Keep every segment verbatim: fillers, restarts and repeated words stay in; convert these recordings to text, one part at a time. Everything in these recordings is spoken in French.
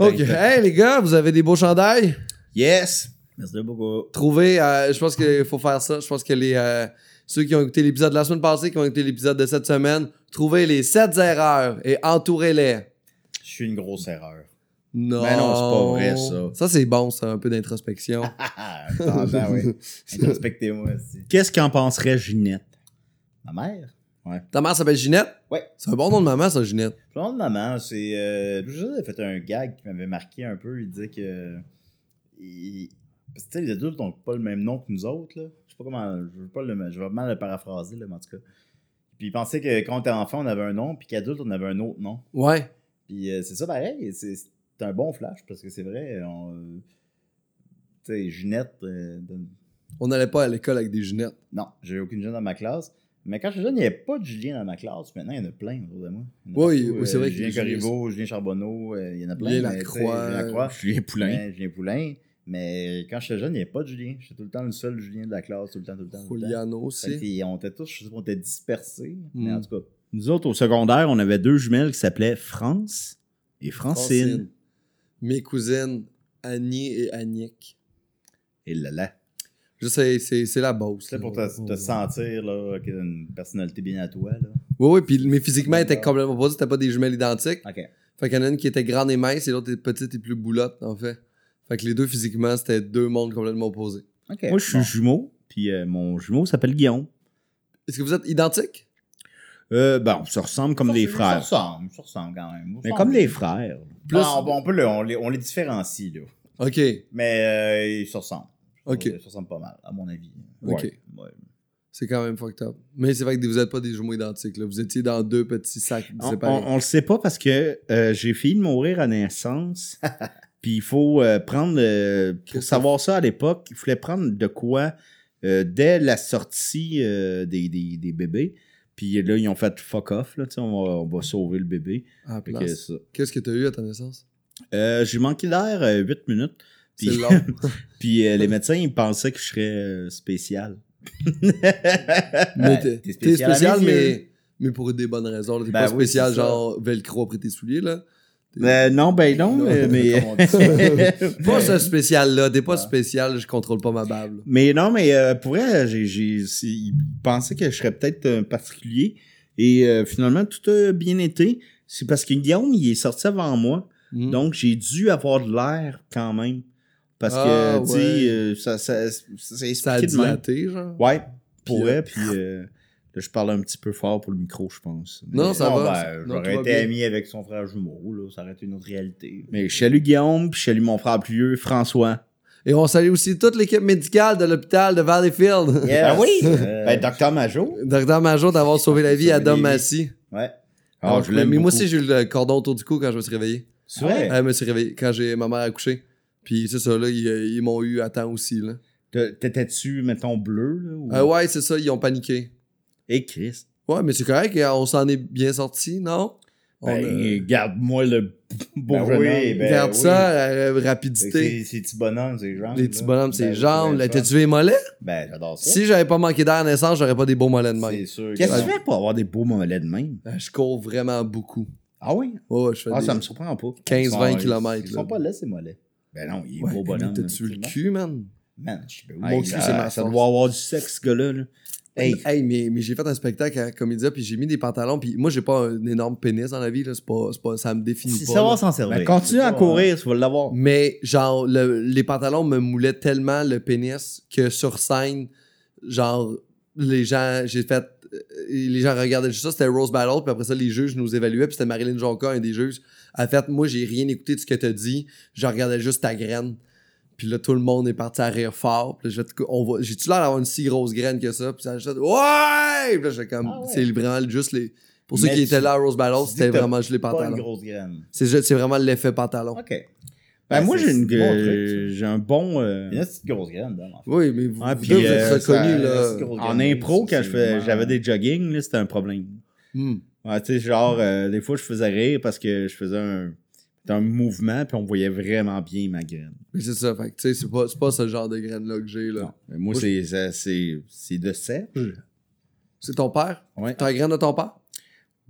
OK. Hey, les gars, vous avez des beaux chandails? Yes! Merci beaucoup. Trouvez, euh, je pense qu'il faut faire ça. Je pense que les euh, ceux qui ont écouté l'épisode de la semaine passée, qui ont écouté l'épisode de cette semaine, trouvez les sept erreurs et entourez-les. Je suis une grosse erreur. Non. Mais non, c'est pas vrai, ça. Ça, c'est bon, ça, un peu d'introspection. Attends, oui. Introspectez-moi aussi. Qu'est-ce qu'en penserait Ginette? Ma mère? Ouais. Ta mère s'appelle Ginette? Ouais. C'est un bon nom de maman, ça, Ginette. Le nom de maman, c'est... Euh, j'ai fait un gag qui m'avait marqué un peu. Il disait que... Il... Parce que tu sais, les adultes n'ont pas le même nom que nous autres, là. Je sais pas comment... Je veux pas le... Je vais mal le paraphraser, là, mais en tout cas. Puis il pensait que quand on était enfant, on avait un nom, puis qu'adulte, on avait un autre nom. Ouais. Puis euh, c'est ça pareil. C'est, c'est un bon flash, parce que c'est vrai, on... Euh, tu sais, Ginette... Euh, de... On n'allait pas à l'école avec des Ginettes. Non, j'ai aucune Ginette dans ma classe. Mais quand j'étais jeune, il n'y avait pas de Julien dans ma classe. Maintenant, il y en a plein autour de moi. Oui, partout, oui, c'est euh, vrai que Julien les Julien- Corriveau, Julien Charbonneau, euh, il y en a plein. Julien mais, Lacroix, Julien Lacroix, Julien Poulain. mais Julien Poulain. Mais quand j'étais jeune, il n'y avait pas de Julien. J'étais tout le temps le seul Julien de la classe, tout le temps, tout le temps. Tout le temps. Juliano Fait aussi. que, on était tous, je sais pas, on était dispersés. Mais Mm. en tout cas, Nous autres, au secondaire, on avait deux jumelles qui s'appelaient France et Francine. Francine. Mes cousines, Annie et Annick. et là là. Je sais, c'est, c'est la bosse. C'est là. pour te, te sentir là, qu'il y a une personnalité bien à toi. Là. Oui, oui, puis mais physiquement, elles étaient complètement opposées. C'était pas des jumelles identiques. OK. Fait qu'il y en a une qui était grande et mince et l'autre était petite et plus boulotte, en fait. Fait que les deux, physiquement, c'était deux mondes complètement opposés. OK. Moi, je suis Bon. jumeau, puis euh, mon jumeau s'appelle Guillaume. Est-ce que vous êtes identiques? Euh, ben, on se ressemble comme Ça, des ça frères. ressemble, ça ressemble quand même. Mais comme des frères. Plus... Ah, bon, on, peut le, on, les, on les différencie, là. OK, Mais euh, ils se ressemblent. OK. Ils se ressemblent pas mal, à mon avis. OK. Ouais. Ouais. C'est quand même fucked up. Mais c'est vrai que vous êtes pas des jumeaux identiques, là. Vous étiez dans deux petits sacs On, séparés. on, on le sait pas parce que euh, j'ai fini de mourir à naissance. Puis il faut euh, prendre... euh, pour Qu'est-ce savoir ça à l'époque, il fallait prendre de quoi euh, dès la sortie euh, des, des, des bébés. Puis là, ils ont fait fuck off, là, tu sais, on va, on va sauver le bébé. À la Fait place. que ça. Qu'est-ce que t'as eu à ta naissance? Euh, j'ai manqué d'air euh, huit minutes. C'est Puis, long. puis euh, les médecins, ils pensaient que je serais euh, spécial. Mais Ben, t'es, t'es t'es spécial à spécial, mes mais, yeux. mais pour des bonnes raisons. là. T'es Ben pas oui, spécial, c'est ça. genre velcro après tes souliers, là. Euh, non, ben non, Non, mais... mais... Comme on dit ça. Pas ce spécial-là. T'es pas Ouais. spécial, je contrôle pas ma bave. là. Mais non, mais euh, pour vrai, j'ai, j'ai, c'est- ils pensaient que je serais peut-être un particulier. Et euh, finalement, tout a bien été. C'est parce que Guillaume, il est sorti avant moi. Mm. Donc, j'ai dû avoir de l'air quand même. Parce Ah, que, tu ouais. sais, euh, ça, ça, ça, s'est Ça a expliqué de même. dilaté, genre. Ouais, pour Puis, vrai. Puis euh, là, je parle un petit peu fort pour le micro, je pense. Mais, Non, ça Non, va. ben, ça- non, j'aurais tout va été bien. ami avec son frère jumeau, là. Ça aurait été une autre réalité. mais je salue Guillaume, puis je salue mon frère plus vieux, François. Et on salue aussi toute l'équipe médicale de l'hôpital de Valleyfield. Yes. Ah oui? Euh, Ben, Docteur Majot. Docteur Major d'avoir sauvé la vie à Sauvé Dom des Massy. Ouais. Ah, Alors, je l'aime mais moi beaucoup. aussi, j'ai eu le cordon autour du cou quand je me suis réveillé. C'est vrai? Ouais. Elle me suis réveillé quand j'ai ma mère accouché. Puis c'est ça, là, ils, ils m'ont eu à temps aussi, là. T'es- T'étais-tu, mettons, bleu, là? Ou... Euh, ouais, c'est ça, ils ont paniqué. Et Christ. Ouais, mais c'est correct, on s'en est bien sorti, non? On Ben, a- garde-moi le beau Ben jeune oui, homme. ben Regarde oui. ça, euh, C'est rapidité. ces petits bonhommes, ces jambes. Les là. petits bonhommes, ses Ben, jambes. ben, Là, t'as-tu les mollets? Ben, j'adore ça. Si j'avais pas manqué d'air à naissance, j'aurais pas des beaux mollets de même. C'est sûr. Qu'est-ce que que- tu fais pour avoir des beaux mollets de même? Euh, Je cours vraiment beaucoup. Ah oui? Ouais, ouais, je fais Ah, des ça me surprend pas. quinze Ils vingt sont- kilomètres. Ils sont pas là, ces mollets. Ben non, il est Ouais, beau mais bonhomme. t'as-tu le effectivement. cul, man? Man, je suis ben oui. Mon Hey, cul, ça, c'est ma ça force. doit avoir du sexe, ce gars-là. là. Hey, Hey, mais, mais j'ai fait un spectacle à Comédia, puis j'ai mis des pantalons, puis moi, j'ai pas un énorme pénis dans la vie, là, c'est pas, c'est pas, ça me définit C'est pas. savoir là. s'en servir. ben continue C'est à pas- courir, tu vas l'avoir. Mais genre, le- les pantalons me moulaient tellement le pénis que sur scène, genre, les gens, j'ai fait, euh, les gens regardaient juste ça, c'était Rose Battle, puis après ça, les juges nous évaluaient, puis c'était Marilyn Jonca, un des juges. Elle a fait, moi, j'ai rien écouté de ce que t'as dit, je regardais juste ta graine. Puis là, tout le monde est parti à rire fort. Puis là, j'ai fait, on va- j'ai-tu l'air d'avoir une si grosse graine que ça? Puis ça a juste fait, ouais! Puis là, j'ai comme, Ah ouais. c'est vraiment juste les. Pour ceux Mais qui tu- étaient là à Rose Battle, tu dis c'était que t'as vraiment juste les Pas une pantalons. grosse graine. C'est juste- c'est vraiment l'effet pantalon. OK. Ben, Ben, moi, c'est- j'ai une, c'est bon truc, euh, j'ai un bon. euh, Il y a une petite grosse graine, là, en fait. Oui, mais vous, Ouais, vous puis, deux, vous euh, êtes reconnus, ça- là. c'est gros. en impro, Ça, quand c'est je fais- vraiment- j'avais des jogging, là, c'était un problème. Hmm. Ouais, tu sais, genre, euh, des fois, je faisais rire parce que je faisais un, un mouvement, puis on voyait vraiment bien ma graine. Mais c'est ça, fait que, tu sais, c'est pas, c'est pas ce genre de graine-là que j'ai, là. Non. Mais moi, Moi, c'est, c'est, c'est, c'est de Serge. C'est ton père? Ouais. T'as la graine de ton père?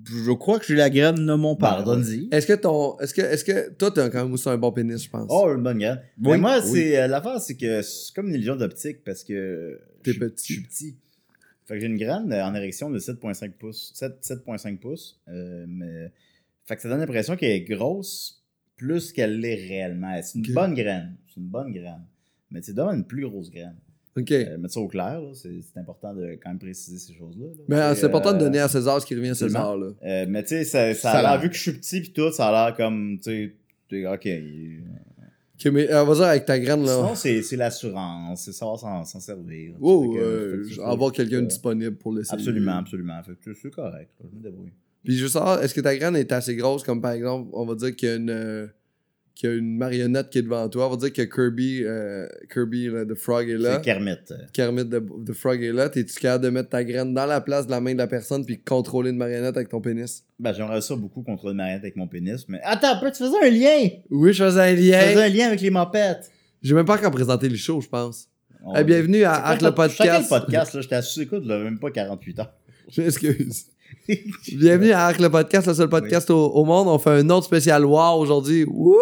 Je crois que j'ai la graine de mon père. Pardonne-y. Est-ce que ton. Est-ce que. Est-ce que. Toi, t'as quand même aussi un bon pénis, je pense. Oh, une bonne graine. Oui, Mais moi, oui. c'est euh, l'affaire, c'est que c'est comme une illusion d'optique parce que T'es je suis- petit. je suis petit. Fait que j'ai une graine euh, en érection de sept virgule cinq pouces. sept virgule cinq pouces. Euh, mais... Fait que ça donne l'impression qu'elle est grosse plus qu'elle l'est réellement. C'est une Ok. bonne graine. C'est une bonne graine. Mais c'est d'avoir une plus grosse graine. Ok. Euh, mettre ça au clair, là, c'est, c'est important de quand même préciser ces choses-là. là. Mais c'est Et, important de euh, donner à César ce qui revient à César, là. euh, mais tu sais, ça, ça Ça a l'air, a- vu que je suis petit pis tout, ça a l'air comme, tu sais, t'es- ok. il- Ok, mais euh, on va dire avec ta graine, là. Sinon, c'est, c'est l'assurance, c'est savoir s'en, s'en servir. Wow, Fait que, euh, fait que c'est avoir pas- quelqu'un euh, disponible pour l'essayer. Absolument, absolument. Fait que c'est correct, là, je me débrouille. Puis je veux savoir, est-ce que ta graine est assez grosse, comme par exemple, on va dire qu'il y a une, euh, qu'il y a une marionnette qui est devant toi. On va dire que Kirby, euh, Kirby là, the Frog est là. C'est Kermit. euh. Kermit the, the Frog est là. T'es-tu capable de mettre ta graine dans la place de la main de la personne puis contrôler une marionnette avec ton pénis? Ben, j'aimerais ça beaucoup contre une marionnette avec mon pénis, mais. Attends, un peu, tu faisais un lien! Oui, je faisais un Tu faisais lien. un lien avec les mopettes. J'ai même pas encore présenté le show, je pense. On- Eh, bienvenue à C'est quoi Arc le pod- c'est quel podcast. podcast, là? J'étais à sous-écoute, là, même pas quarante-huit heures. J'excuse. Bienvenue à Arc le podcast, le seul podcast au, au monde. On fait un autre spécial wow aujourd'hui. Wouh!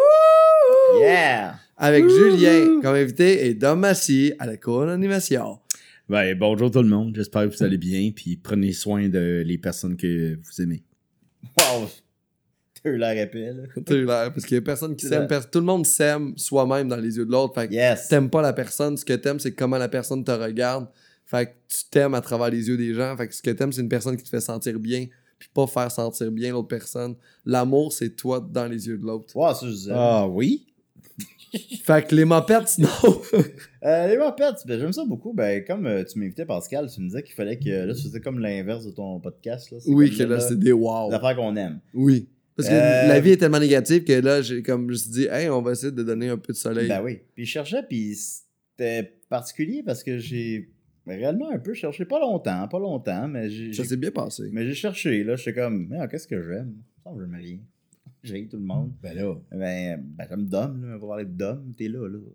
Yeah! Avec Wouhou! Julien comme invité et Dom Massy à la co-animation. Ben, bonjour tout le monde. J'espère que vous allez bien. Puis prenez soin de les personnes que vous aimez. Wow! T'as eu l'air épais, là. T'as eu l'air, parce qu'il y a personne qui C'est s'aime. vrai. pers- Tout le monde s'aime soi-même dans les yeux de l'autre. Fait que Yes! t'aimes pas la personne. Ce que t'aimes, c'est comment la personne te regarde. Fait que tu t'aimes à travers les yeux des gens. Fait que ce que t'aimes, c'est une personne qui te fait sentir bien. Puis pas faire sentir bien l'autre personne. L'amour, c'est toi dans les yeux de l'autre. Wow, ça, je disais. Ah oui? Fait que les mopettes, sinon. Euh, les mopettes, ben, j'aime ça beaucoup. Ben, comme euh, tu m'invitais, Pascal, tu me disais qu'il fallait que. Là, tu faisais comme l'inverse de ton podcast. Là. C'est oui, comme que là, c'est des wow. des affaires qu'on aime. Oui. Parce que Euh, la vie est tellement négative que là, j'ai comme je me suis dit, hey, on va essayer de donner un peu de soleil. Ben oui. Puis je cherchais, puis c'était particulier parce que j'ai réellement un peu cherché. Pas longtemps, pas longtemps, mais j'ai. Ça j'ai- s'est bien passé. Mais j'ai cherché, là. J'étais comme, mais qu'est-ce que j'aime? Ça, je m'aime rien. J'ai tout le monde. Ben là. Ben, ben j'aime Dom, là. On va parler de Dom. T'es là, là.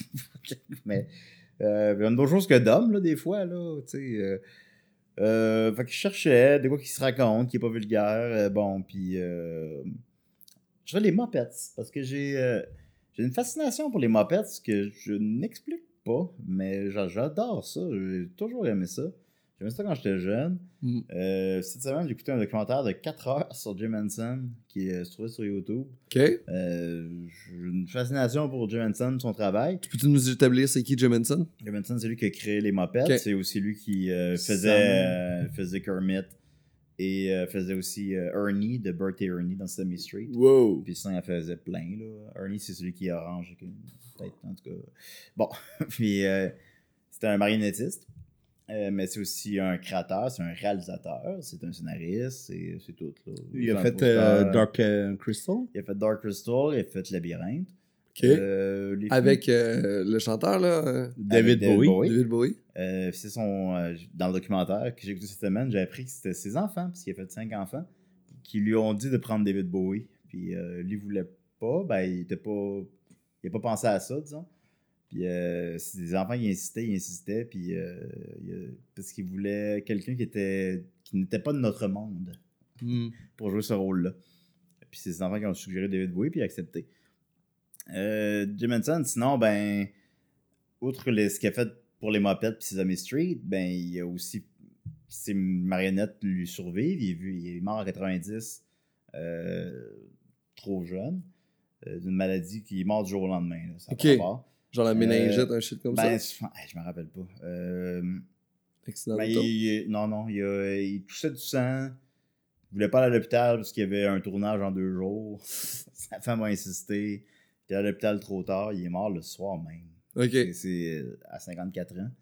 mais, euh, il y a d'autres choses que Dom, là, des fois, là. Tu sais. Euh, euh, fait que je cherchais de quoi qui se raconte, qui est pas vulgaire. euh, bon, puis. Euh, je fais les mopettes. Parce que j'ai. euh, j'ai une fascination pour les mopettes que je n'explique pas. Mais j'a- j'adore ça. J'ai toujours aimé ça. J'aimais ça quand j'étais jeune. Mm. Euh, cette semaine, j'ai écouté un documentaire de quatre heures sur Jim Henson qui euh, se trouvait sur YouTube. OK? Euh, j'ai une fascination pour Jim Henson, son travail. Peux-tu nous établir c'est qui Jim Henson? Jim Henson, c'est lui qui a créé les mopettes. Ok. C'est aussi lui qui euh, Ça faisait, euh, faisait Kermit et euh, faisait aussi euh, Ernie de Bert et Ernie dans Sesame Street. Wow. Puis sinon, il en faisait plein. Là. Ernie, c'est celui qui est orange avec une tête, en tout cas. Bon, puis euh, c'était un marionnettiste. Euh, mais c'est aussi un créateur, c'est un réalisateur, c'est un scénariste, c'est, c'est tout. Là. Il C'est a un fait poster. euh, Dark euh, Crystal. Il a fait Dark Crystal, il a fait Labyrinthe. OK. Euh, les films- Avec euh, le chanteur, là, euh, David Avec Bowie. David Bowie. Euh, c'est son. euh, dans le documentaire que j'ai écouté cette semaine, j'ai appris que c'était ses enfants, parce qu'il a fait cinq enfants, qui lui ont dit de prendre David Bowie. Puis euh, lui, il voulait pas, ben, il était pas. Il a pas pensé à ça, disons. Puis euh, c'est des enfants qui insistaient, ils insistaient, puis euh, il a- parce qu'ils voulaient quelqu'un qui était qui n'était pas de notre monde Mm. pour jouer ce rôle-là. Puis c'est ces enfants qui ont suggéré David Bowie, puis il a accepté. Euh, Jim Henson, sinon, ben, outre les- ce qu'il a fait pour les mopettes puis Sesame Street, ben, il y a aussi ses marionnettes lui survivent. Il est, vu, il est mort en quatre-vingt-dix, euh, trop jeune, euh, d'une maladie qui est mort du jour au lendemain. Là, ça a Ok. pas rapport. Genre la méningite, un shit comme Ben, ça. je, hey, je me rappelle pas. Euh, Accident ben, d'auto. il, il- non, non, il, a- il toussait du sang. Il voulait pas aller à l'hôpital parce qu'il y avait un tournage en deux jours. Sa femme a insisté. Il est à l'hôpital trop tard. Il est mort le soir même. OK. C'est- C'est euh, à cinquante-quatre ans.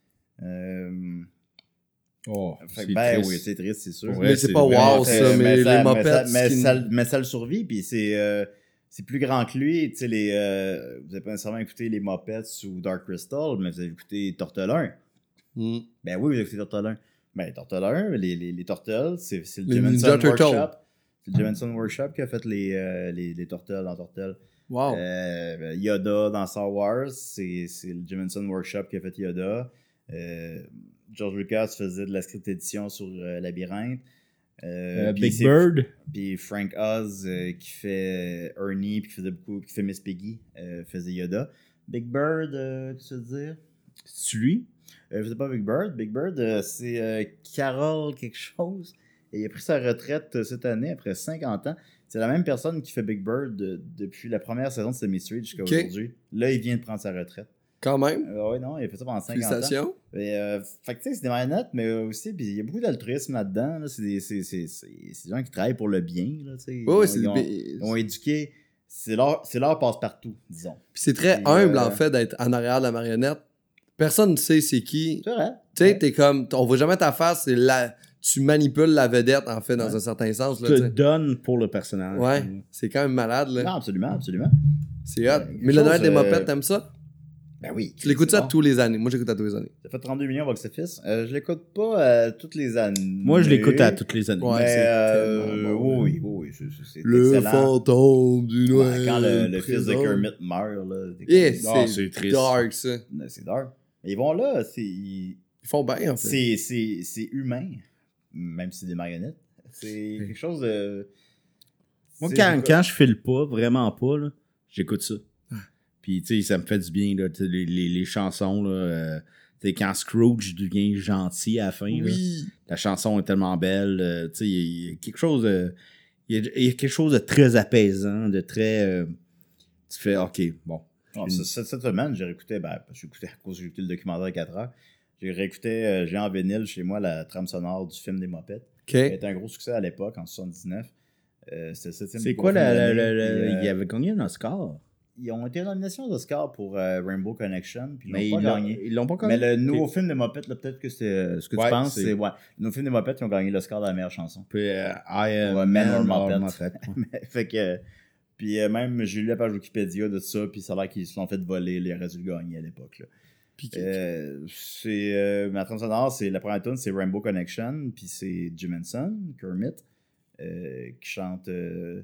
Euh, Oh, fait que, c'est ben triste. oui, c'est triste, c'est sûr. Pour Mais vrai, c'est c'est pas vraiment wow, triste. ça, mais les ça, mopettes, Mais ça, mais ce ça, qui- mais ça le survit, puis c'est... euh, c'est plus grand que lui, tu sais, les, euh, vous n'avez pas nécessairement écouté les Muppets ou Dark Crystal, mais vous avez écouté Tortelin. Mm. Ben oui, vous avez écouté Tortelin. Ben Tortelin, les, les, les Tortelles, c'est, c'est le Les Jim Ninja Henson Turtles. Workshop. C'est le Jim Henson Workshop qui a fait les, euh, les, les Tortelles dans Tortelles. Wow. Euh, ben, Yoda dans Star Wars, c'est, c'est le Jim Henson Workshop qui a fait Yoda. Euh, George Lucas faisait de la script édition sur euh, Labyrinthe. Euh, Euh, puis Big c'est- Bird. Puis Frank Oz euh, qui fait Ernie, puis qui faisait beaucoup, qui fait Miss Piggy, euh, faisait Yoda. Big Bird, euh, qu'est-ce que tu veux dire? C'est lui? Euh, je sais pas Big Bird. Big Bird, euh, c'est euh, Carol quelque chose. Et il a pris sa retraite euh, cette année, après cinquante ans. C'est la même personne qui fait Big Bird euh, depuis la première saison de Sesame Street jusqu'à Ok. aujourd'hui. Là, il vient de prendre sa retraite. Quand même. Euh, ouais, non, il a fait ça pendant cinquante ans. Félicitations. Et, euh, fait que tu sais, c'est des marionnettes, mais euh, aussi, puis il y a beaucoup d'altruisme là-dedans. Là. C'est, des, c'est, c'est, c'est, c'est des gens qui travaillent pour le bien. Là, tu sais. Ouais, ils, ont, ouais, c'est ils, ont, des- ils ont éduqué. C'est leur, c'est leur passe-partout, disons. Puis c'est très Puis, humble, euh, en fait, d'être en arrière de la marionnette. Personne ne sait c'est qui. C'est vrai. Tu sais, Ouais. t'es comme... On voit jamais ta face, c'est la... Tu manipules la vedette, en fait, dans Ouais. un certain sens. Là, Te tu sais. donne pour le personnage. Ouais, c'est quand même malade, là. Non, absolument, absolument. C'est hot. Euh, quelque Mais le Noël chose, des euh, mopettes, t'aimes ça? Ben oui. Tu l'écoutes c'est ça bon. tous les années. Moi, j'écoute à tous les années. Ça fait trente-deux millions box-office. Euh, je l'écoute pas euh, toutes les années. Moi, je l'écoute à toutes les années. Ouais, mais, c'est euh, tellement bon, oui, oui, oui, c'est, c'est, c'est Le excellent. fantôme du Ouais, Noël. quand le, le fils de présent. Kermit meurt, là. t'es Yeah, comme- Ah, c'est c'est triste. dark, ça. c'est dark. Mais ils vont là, c'est, ils- Ils font bien, en fait. c'est, c'est, c'est humain, même si c'est des marionnettes. C'est quelque chose de. Moi, c'est- quand, quand je file pas, vraiment pas, là, j'écoute ça. Puis, tu sais, ça me fait du bien, là, tu sais, les, les, les chansons, là. Euh, tu sais, quand Scrooge devient gentil à la fin, là, Oui. la chanson est tellement belle. euh, tu sais, il y, a- il y a quelque chose de. Il y, a, il y a quelque chose de très apaisant, de très. euh, tu fais, OK, bon. Oh, Une- ce- cette, cette semaine, j'ai réécouté, ben, j'ai écouté à cause que j'ai écouté le documentaire à quatre heures. J'ai réécouté, euh, j'ai en vinyle chez moi la trame sonore du film des Mopettes. OK. Ça a été un gros succès à l'époque, en soixante-dix-neuf. Euh, c'était le septième C'est plus quoi gros film la, de la- l'année, la- puis, la- euh, il avait gagné un Oscar. Ils ont été en nomination aux Oscars pour euh, Rainbow Connection, puis ils Mais l'ont ils pas l'ont, gagné. ils l'ont pas gagné. Mais le nouveau Ok. film de Mopettes, là, peut-être que c'est euh, ce que Ouais, tu penses, c'est- c'est ouais. Le nouveau film de Mopettes, ils ont gagné l'Oscar de la meilleure chanson. Puis, euh, I am Ouais, Man or Man Muppet. Muppet. fait que. Puis euh, même, j'ai lu la page Wikipédia de ça, puis ça a l'air qu'ils se l'ont fait voler, ils auraient dû le gagner à l'époque. Là. Puis, Euh, c'est, euh, ma trame sonore, c'est la première tune, c'est Rainbow Connection, puis c'est Jim Henson, Kermit, euh, qui chante euh,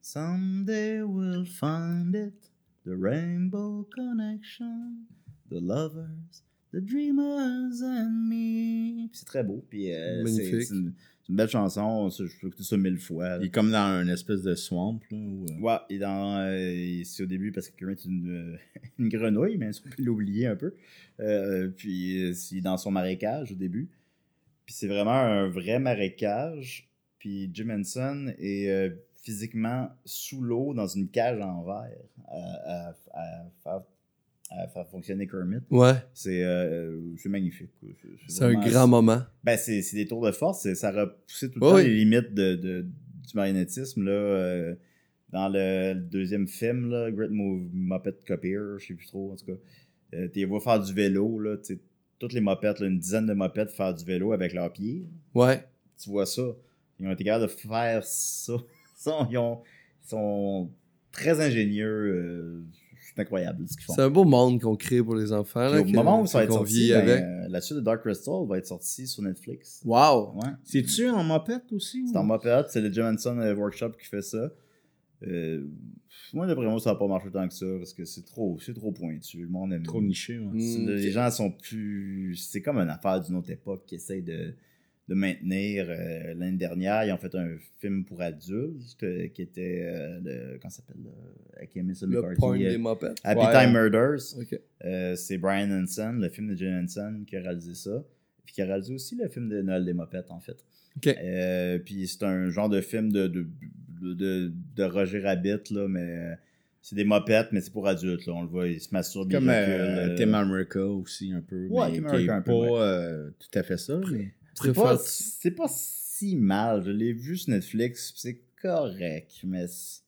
Someday we'll find it, the Rainbow Connection, the lovers, the dreamers and me. Puis c'est très beau, puis euh, c'est, Magnifique. c'est une, c'est une belle chanson, ça, je peux écouter ça mille fois. là. Il est comme dans une espèce de swamp. Là, où, euh, Ouais, et dans, euh, c'est au début parce que Kermit est une, euh, une grenouille, mais on peut l'oublier un peu. Euh, puis euh, c'est dans son marécage au début. Puis c'est vraiment un vrai marécage. Puis Jim Henson est euh, physiquement sous l'eau dans une cage en verre à, à- à faire, à faire fonctionner Kermit. ouais, C'est, euh, c'est magnifique. quoi. c'est un vraiment- grand moment. ben, c'est, c'est des tours de force. c'est- Ça a repoussé tout le Ouais, temps oui. les limites de, de- du marionnettisme. Là, euh, dans le, le deuxième film, là, Great Move, Muppet Copier, je sais plus trop, en tout cas. Euh, tu les vois faire du vélo. Là, tu sais, toutes les mopettes, là, une dizaine de mopettes faire du vélo avec leurs pieds. Ouais. Tu vois ça. Ils ont été capables de faire ça. Ça, ils, ont- ils sont très ingénieux. euh, c'est incroyable ce qu'ils font. C'est un beau monde qu'on crée pour les enfants. Puis Là, au que- moment où ça va être qu'on sorti, vit ben, avec. euh, la suite de Dark Crystal va être sortie sur Netflix. Wow. Ouais. C'est-tu en mopette aussi? C'est en Muppet, c'est le Jim Henson euh, Workshop qui fait ça. Euh, moi, d'après moi, ça va pas marcher tant que ça parce que c'est trop, c'est trop pointu. Le monde aime Trop niché. Ouais. Mm. C'est- Les gens sont plus. C'est comme une affaire d'une autre époque qui essaye de, de maintenir. Euh, L'année dernière, ils ont fait un film pour adultes euh, qui était. Euh, le, comment ça s'appelle euh, Avec Melissa Le McCarthy, point euh, des mopettes. Happy Ouais. Time Murders. OK. Euh, c'est Brian Henson, le film de Jim Henson, qui a réalisé ça. Puis qui a réalisé aussi le film de Noël des Mopettes, en fait. OK. Euh, puis c'est un genre de film de, de, de, de, de Roger Rabbit, là, mais euh, c'est des mopettes, mais c'est pour adultes. Là. On le voit, il se masturbe, Comme il euh, recule, euh, Tim America aussi, un peu. Ouais, mais Tim qui America est un peu, pas ouais. euh, tout à fait ça. Mais... c'est, pas, Préfères- c'est pas si mal. Je l'ai vu sur Netflix, puis c'est correct, mais c'est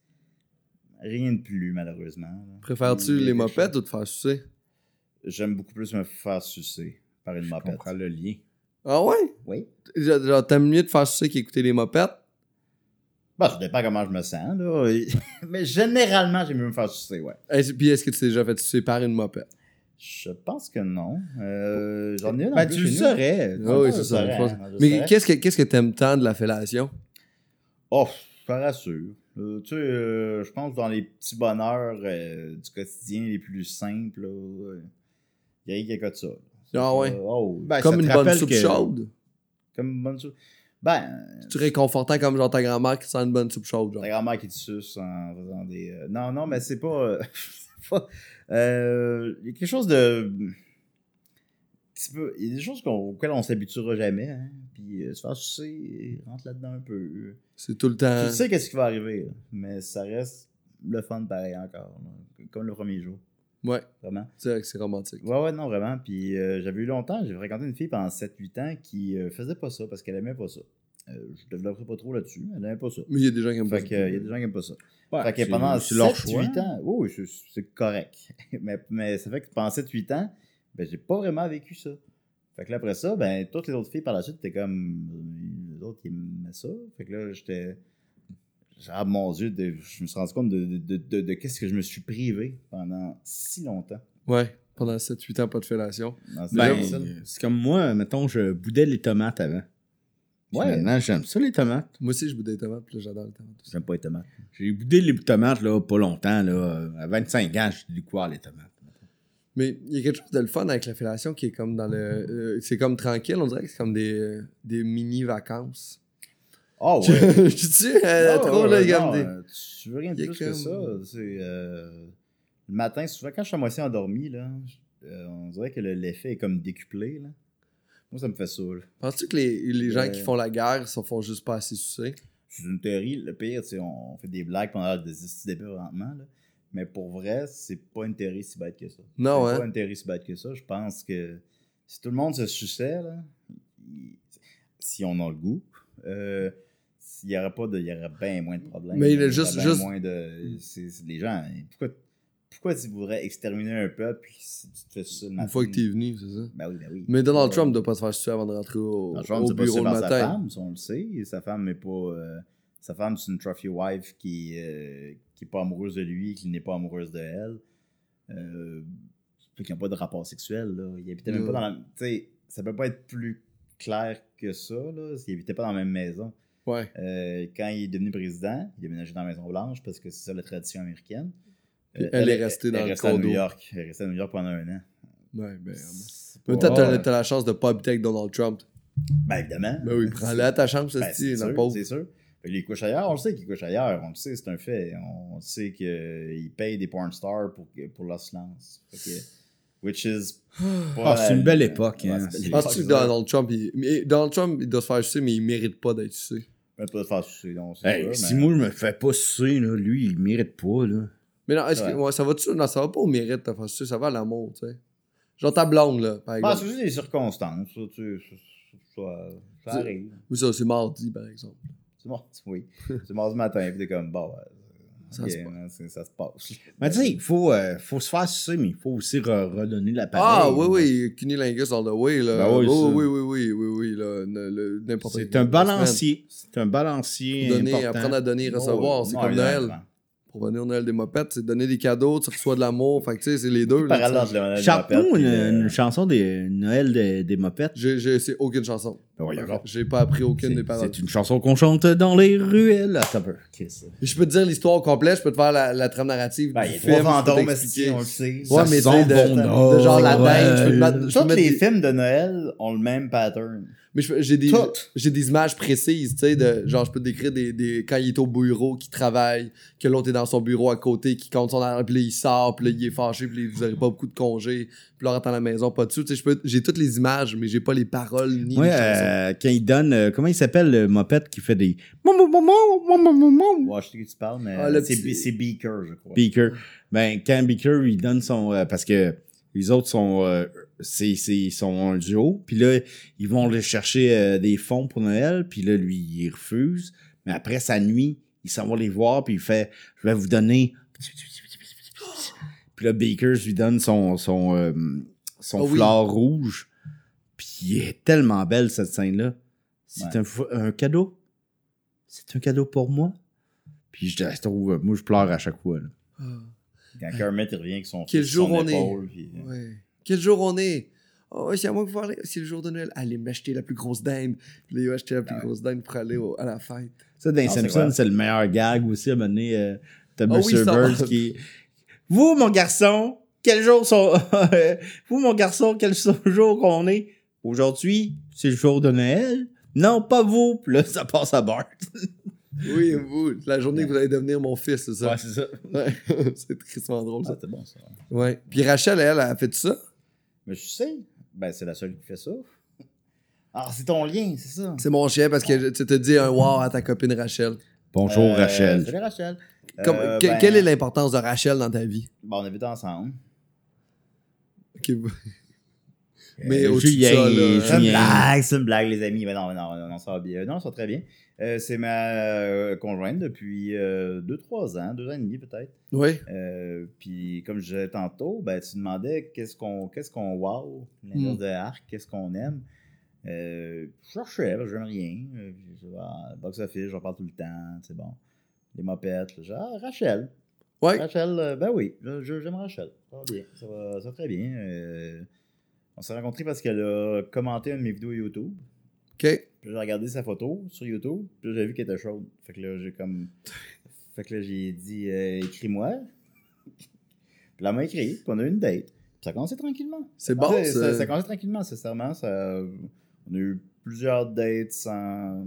rien de plus, malheureusement. là. Préfères-tu Il y a les quelque mopettes chose- ou te faire sucer? J'aime beaucoup plus me faire sucer par une Je mopette. comprends le lien. Ah ouais? Oui. Genre, genre, t'aimes mieux te faire sucer qu'écouter les mopettes? Bah, ça dépend comment je me sens, là. Mais généralement, j'aime mieux me faire sucer, ouais. Est-ce- Puis est-ce que tu t'es déjà fait sucer par une mopette? Je pense que non. Euh, j'en ai une en Ben, plus tu le chez nous. saurais. Ah oui, je c'est ça. saurais, je pense. hein, je Mais saurais. qu'est-ce que qu'est-ce que t'aimes tant de la fellation? Oh, ça rassure. Euh, tu sais, euh, je pense dans les petits bonheurs euh, du quotidien les plus simples, il y a quelque chose de ça. Ah ouais. Euh, oh, Ben, Comme ça te une bonne rappelle soupe que- chaude? comme une bonne chose. Ben. C'est réconfortant comme genre ta grand-mère qui sent une bonne soupe chaude. Genre. Ta grand-mère qui te suce en faisant des. Euh, non, non, mais c'est pas. Euh, pas euh, il y a quelque chose de. Peu, il y a des choses qu'on, auxquelles on s'habituera jamais. Hein, puis euh, se faire sucer, rentre là-dedans un peu. C'est tout le temps. Tu sais qu'est-ce qui va arriver, là, mais ça reste le fun pareil encore. Là, comme le premier jour. Ouais. Vraiment. C'est vrai que c'est romantique. Ouais, ouais, non, vraiment. Puis euh, j'avais eu longtemps, j'ai fréquenté une fille pendant sept huit ans qui euh, faisait pas ça parce qu'elle aimait pas ça. Euh, je développerai pas trop là-dessus, elle aimait pas ça. Mais il y a des gens qui aiment fait pas que, ça. Il y a des gens qui aiment pas ça. Ouais, fait que pendant leur sept choix. huit ans, oui, c'est, c'est correct. mais, mais ça fait que pendant sept huit ans, ben, j'ai pas vraiment vécu ça. Fait que là, après ça, ben, toutes les autres filles par la suite, t'es comme. Les autres, ils aimaient ça. Fait que là, j'étais. Ah mon Dieu, de, je me suis rendu compte de, de, de, de, de qu'est-ce que je me suis privé pendant si longtemps. Ouais, pendant sept huit ans, pas de fellation. Non, c'est Ben, ça. c'est comme moi, mettons, je boudais les tomates avant. Puis Ouais. Maintenant, j'aime ça, les tomates. Moi aussi, je boudais les tomates, puis là, j'adore les tomates. J'aime pas les tomates. J'ai boudé les tomates, là, pas longtemst, là. À vingt-cinq ans, j'ai découvert les tomates. Mais il y a quelque chose de le fun avec la fellation qui est comme dans le. Euh, c'est comme tranquille, on dirait que c'est comme des, euh, des mini-vacances. Ah oh, ouais. Je suis euh, Ah, trop ouais, là, non, comme des. euh, Tu veux rien de Il y a plus que comme- ça. C'est, euh, le matin, souvent, quand je suis à moitié endormi, là, euh, on dirait que le- l'effet est comme décuplé. Là. Moi, ça me fait ça. Là. Penses-tu que les, les gens Euh, qui font la guerre se font juste pas assez sucer? C'est une théorie. Le pire, c'est on fait des blagues pendant des débats lentement. Là. Mais pour vrai, c'est pas une théorie si bête que ça. Non, c'est hein? pas une théorie si bête que ça. Je pense que si tout le monde se suçait, là, il- si on a le goût, euh, il y aurait pas de, il y aurait bien moins de problèmes. Mais il y a aurait juste- bien juste- moins de, c'est, c'est les gens. Pourquoi, pourquoi tu voudrais exterminer un peuple si tu te fais ça le Une matin? fois que t'es venu, c'est ça? Ben oui, ben oui. Mais Donald Ouais. Trump doit pas se faire sucer avant de rentrer au, Donald Trump, au c'est pas bureau sûr le par sa matin. femme, ça, on le sait. Et sa femme n'est pas. euh, sa femme, c'est une trophy wife qui, euh, qui est pas amoureuse de lui, qui n'est pas amoureuse de elle. Euh, fait qu'il n'y a pas de rapport sexuel. Là. Il habitait même Non. pas dans la. Tu sais, ça peut pas être plus clair que ça. Là. Il habitait pas dans la même maison. Ouais. Euh, quand il est devenu président, il a déménagé dans la Maison-Blanche parce que c'est ça la tradition américaine. Puis elle est restée dans elle le est restée à condo. New York. Elle est restée à New York pendant un an. Ouais, ben. C'est Mais pas- toi, t'as, t'as la chance de pas habiter avec Donald Trump. Ben évidemment. Ben oui, prends-le à ta chambre, ça Ben, se dit, c'est la sûr, pauvre. c'est sûr. Fait que les couches ailleurs, on le sait qu'ils couchent ailleurs. On le sait, c'est un fait. On sait qu'ils payent des porn stars pour, pour leur silence. Fait que, which is... Ah, c'est une belle époque, Ouais, hein. c'est une belle Penses-tu que époque, ça. Donald Trump, il... mais Donald Trump, il doit se faire sucer, mais il mérite pas d'être sucé. Même pas de faire sucer, donc c'est Hey, sûr, si mais- moi, je me fais pas sucer, là, lui, il mérite pas, là. Mais non, est-ce que, Ouais. ouais, ça va-tu? Non, ça va pas au mérite de te faire sucer, ça va à l'amour, tu sais. Genre ta blonde, là, par Bah, exemple. c'est juste des circonstances. Ça, tu sais, ça, ça, ça C'est- arrive. Oui, ça, c'est mardi, par exemple. C'est mardi, oui. C'est mardi matin, puis t'es comme, bon, ouais, Ça ok, se passe. hein, c'est- ça se passe. Mais tu sais, il faut, euh, faut se faire sucer, mais il faut aussi re- redonner l'appareil. Ah, oui, oui, Cunilingus all the way, là. Ben oui, oui, ça. oui, oui, oui, oui, oui, là, ne- le- n'importe C'est quelle un semaine. balancier. C'est un balancier Donner, important. apprendre à donner et recevoir, c'est Non, comme évidemment. Noël. Pour venir au Noël des mopettes, c'est donner des cadeaux, tu reçois de l'amour, fait que tu sais, c'est les deux. là, Parallèle tu entre sais. le Noël des Chante-nous mopettes, une, puis, euh, une chanson des Noël des, des mopettes. J'ai, j'ai, c'est aucune chanson. Ben voyons donc. J'ai pas appris aucune C'est des paroles. c'est une chanson qu'on chante dans les ruelles. Ah, t'as peur. Qu'est-ce que c'est? Je peux te dire l'histoire au complet, je peux te faire la, la trame narrative. Ben, du il y a film, trois je peux fantômes, t'expliquer. esti, on le sait. Ouais, Ça mais tu sent sais, de, bon de, de genre la dinde, je peux te mettre. je peux Tous mettre les des- films de Noël ont le même pattern. Mais je- j'ai des, Toutes. j'ai des images précises, tu sais, de, genre, je peux te décrire des, des, quand il est au bureau, qui travaille, que l'autre est dans son bureau à côté, qui compte son argent, puis là, il sort, puis là, il est fâché, puis là, vous avez pas beaucoup de congés, puis là, rentre à la maison, pas dessus, tu sais, je peux, j'ai toutes les images, mais j'ai pas les paroles ni Ouais, les chansons. euh, quand il donne. euh, comment il s'appelle le mopette qui fait des. Mou, mou, mou, mou, mou, mou, mou. Ouais, je sais de qui tu parles, mais Ah, le c'est, petit- c'est Beaker, je crois. Beaker. Ben, quand Beaker, il donne son. euh, parce que les autres sont. euh, c'est, c'est, ils sont un duo. Puis là, ils vont aller chercher euh, des fonds pour Noël. Puis là, lui, il refuse. Mais après sa nuit, il s'en va les voir. Puis il fait je vais vous donner. Puis là, Baker lui donne son, son, euh, son Ah oui. fleur rouge. Puis il est tellement belle, cette scène-là. C'est Ouais. un, f- un cadeau. C'est un cadeau pour moi. Puis je, je trouve, moi, je pleure à chaque fois. Là. Ah. Quand Kermit, il revient avec son Quel fils sur jour son on est? épaule, puis, euh, Ouais. Quel jour on est? Oh, c'est à moi qu'il faut aller. C'est le jour de Noël. Allez m'acheter la plus grosse dinde. Puis là, il va acheter la plus Ouais. grosse dinde pour aller au- à la fête. Ça, dans les Non, c'est Simpsons, vrai. c'est le meilleur gag aussi. À un moment donné, euh, t'as Ah oui, monsieur ça- Burns qui... Vous, mon garçon, quel jour sont... Vous, mon garçon, quel jour qu'on est? Aujourd'hui, c'est le jour de Noël. Non, pas vous. Puis là, ça passe à Bart. Oui, vous, la journée que vous allez devenir mon fils, c'est ça? Ouais, c'est ça. Ouais, c'est tristement drôle, Ah, ça. c'était bon, ça. Ouais. Puis Rachel, elle, elle a fait ça? Mais je sais. Ben, c'est la seule qui fait ça. Ah, c'est ton lien, c'est ça. C'est mon chien parce que tu te dis un wow à ta copine Rachel. Bonjour, Euh, Rachel. Salut, Rachel. Comme- Euh, que- ben, Quelle est l'importance de Rachel dans ta vie? Bon, on habite ensemble. Ok. Mais Euh, au-dessus de Julien ça, et là, C'est une Julien. blague, c'est une blague, les amis. Mais non, non, non, ça va bien. Non, ça va très bien. Euh, c'est ma euh, conjointe depuis deux trois ans, deux ans et demi peut-être. oui. Euh, puis comme je disais tantôt, ben, tu demandais qu'est-ce qu'on qu'est-ce qu'on wow, l'inverse Mm. de arc, qu'est-ce qu'on aime. Euh, je cherchais, ben, j'aime rien. Euh, je- ah, box office, j'en parle tout le temps, c'est bon. Les mopettes, là, genre, ah, Rachel. Ouais. Rachel, euh, ben oui, je- je- j'aime Rachel. Ça va bien, ça va, ça va très bien. Euh, on s'est rencontrés parce qu'elle a commenté une de mes vidéos YouTube. OK. Puis j'ai regardé sa photo sur YouTube, puis là, j'ai vu qu'elle était chaude. Fait que là, j'ai comme. Fait que là, j'ai dit, euh, écris-moi. Puis là, elle m'a écrit, puis on a eu une date. Puis ça a commencé tranquillement. C'est Ça bon, a commencé- ça. ça. Ça a commencé tranquillement, sincèrement. Ça, on a eu plusieurs dates sans.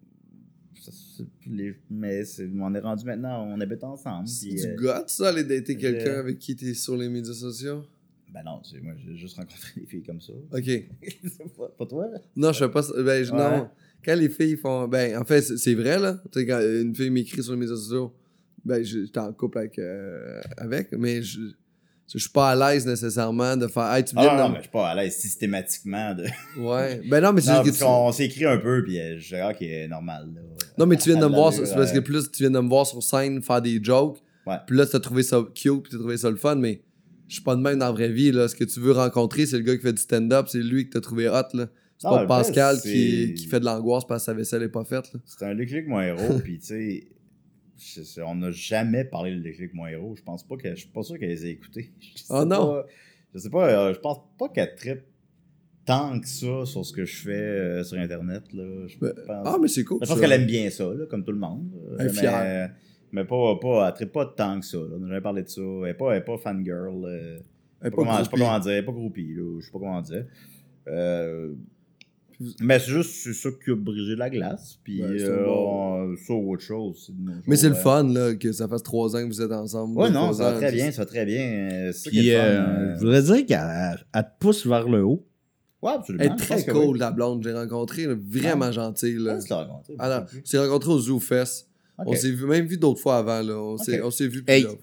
ça, c'est- les- mais c'est- on est rendu maintenant, on habite ensemble. C'est puis, du euh, got, ça, aller dater je- quelqu'un avec qui t'es sur les médias sociaux? Ben non, c'est- moi, j'ai juste rencontré des filles comme ça. OK. C'est pas, pas toi? Non, je fais pas ça. Ben, je- Ouais. non. Quand les filles font. Ben, en fait, c'est c'est vrai, là. Tu sais, quand une fille m'écrit sur les médias sociaux, ben, je- j'étais en couple avec. euh, avec mais je. Je suis pas à l'aise nécessairement de faire. Hey, tu Ah viens non, de. non, mais je suis pas à l'aise systématiquement de. Ouais. Ben non, mais c'est Non, juste que parce tu. qu'on s'est écrit un peu, puis euh, je dis, ah, ok, normal. Là. Non, mais tu viens de me voir. L'allure, C'est parce que euh, plus tu viens de me voir sur scène faire des jokes. Ouais. Puis là, tu as trouvé ça cute, puis tu as trouvé ça le fun, mais je suis pas de même dans la vraie vie. Là. Ce que tu veux rencontrer, c'est le gars qui fait du stand-up, c'est lui que tu as trouvé hot. Là. C'est Ah, pas le Pascal best, qui, c'est- qui fait de l'angoisse parce que sa vaisselle est pas faite. Là. C'est un déclic, mon héros, puis tu sais, je- c'est- on n'a jamais parlé de déclic, mon héros. Je pense pas que. Je suis pas sûr qu'elle les ait écoutés. Je sais Oh non. pas- je sais pas, euh, je pense pas qu'elle trippe tant que ça sur ce que je fais euh, sur Internet. Là. Je Ben, pense, Ah, mais c'est cool. je pense ça. qu'elle aime bien ça, là, comme tout le monde. Elle est mais, fière. mais pas, pas, elle trippe pas tant que ça. Là. On a jamais parlé de ça. Elle n'est pas, elle est pas fangirl. euh, Elle est Je sais pas pas comment- je sais pas groupie. comment dire, elle est pas groupie, là. Je sais pas comment dire. Euh, mais c'est juste c'est ça qui a brisé la glace. Puis Ben, c'est euh, bon. on- ça ou autre chose. c'est de nos Mais jours, c'est le euh, fun là, que ça fasse trois ans que vous êtes ensemble. Ouais, deux, non, trois ça va ans, très c'est- bien, ça va très bien. euh, C'est ça qui Puis, est le fun. euh, euh. je voudrais dire qu'elle elle te pousse vers le haut. Ouais, absolument. Elle est je très pense que cool, oui. la blonde. J'ai rencontré, là, vraiment gentille. Là. Ouais, tu l'as rencontré, Alors, je sais on s'est rencontrés au Zoo Fest. plus. On Ok. s'est vu, même vu d'autres fois avant. Là. On s'est Ok. on s'est vu Hey. plusieurs.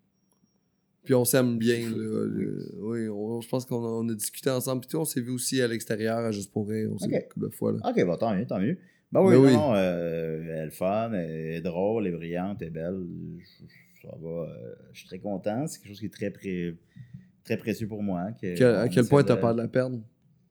Puis on s'aime bien. Là. Le- oui, on- je pense qu'on a, on a discuté ensemble. Puis tout, on s'est vu aussi à l'extérieur, à Juste pour rire. On s'est Ok. vu une couple de fois. Là. Ok, bah tant mieux, tant mieux. Ben oui, Ben non, oui. non, euh, elle est le fun, elle est drôle, elle est brillante, elle est belle. Je, ça va, euh, je suis très content. C'est quelque chose qui est très, pré- très précieux pour moi. que- Quel- à on quel essaie point de- t'as peur de la perdre?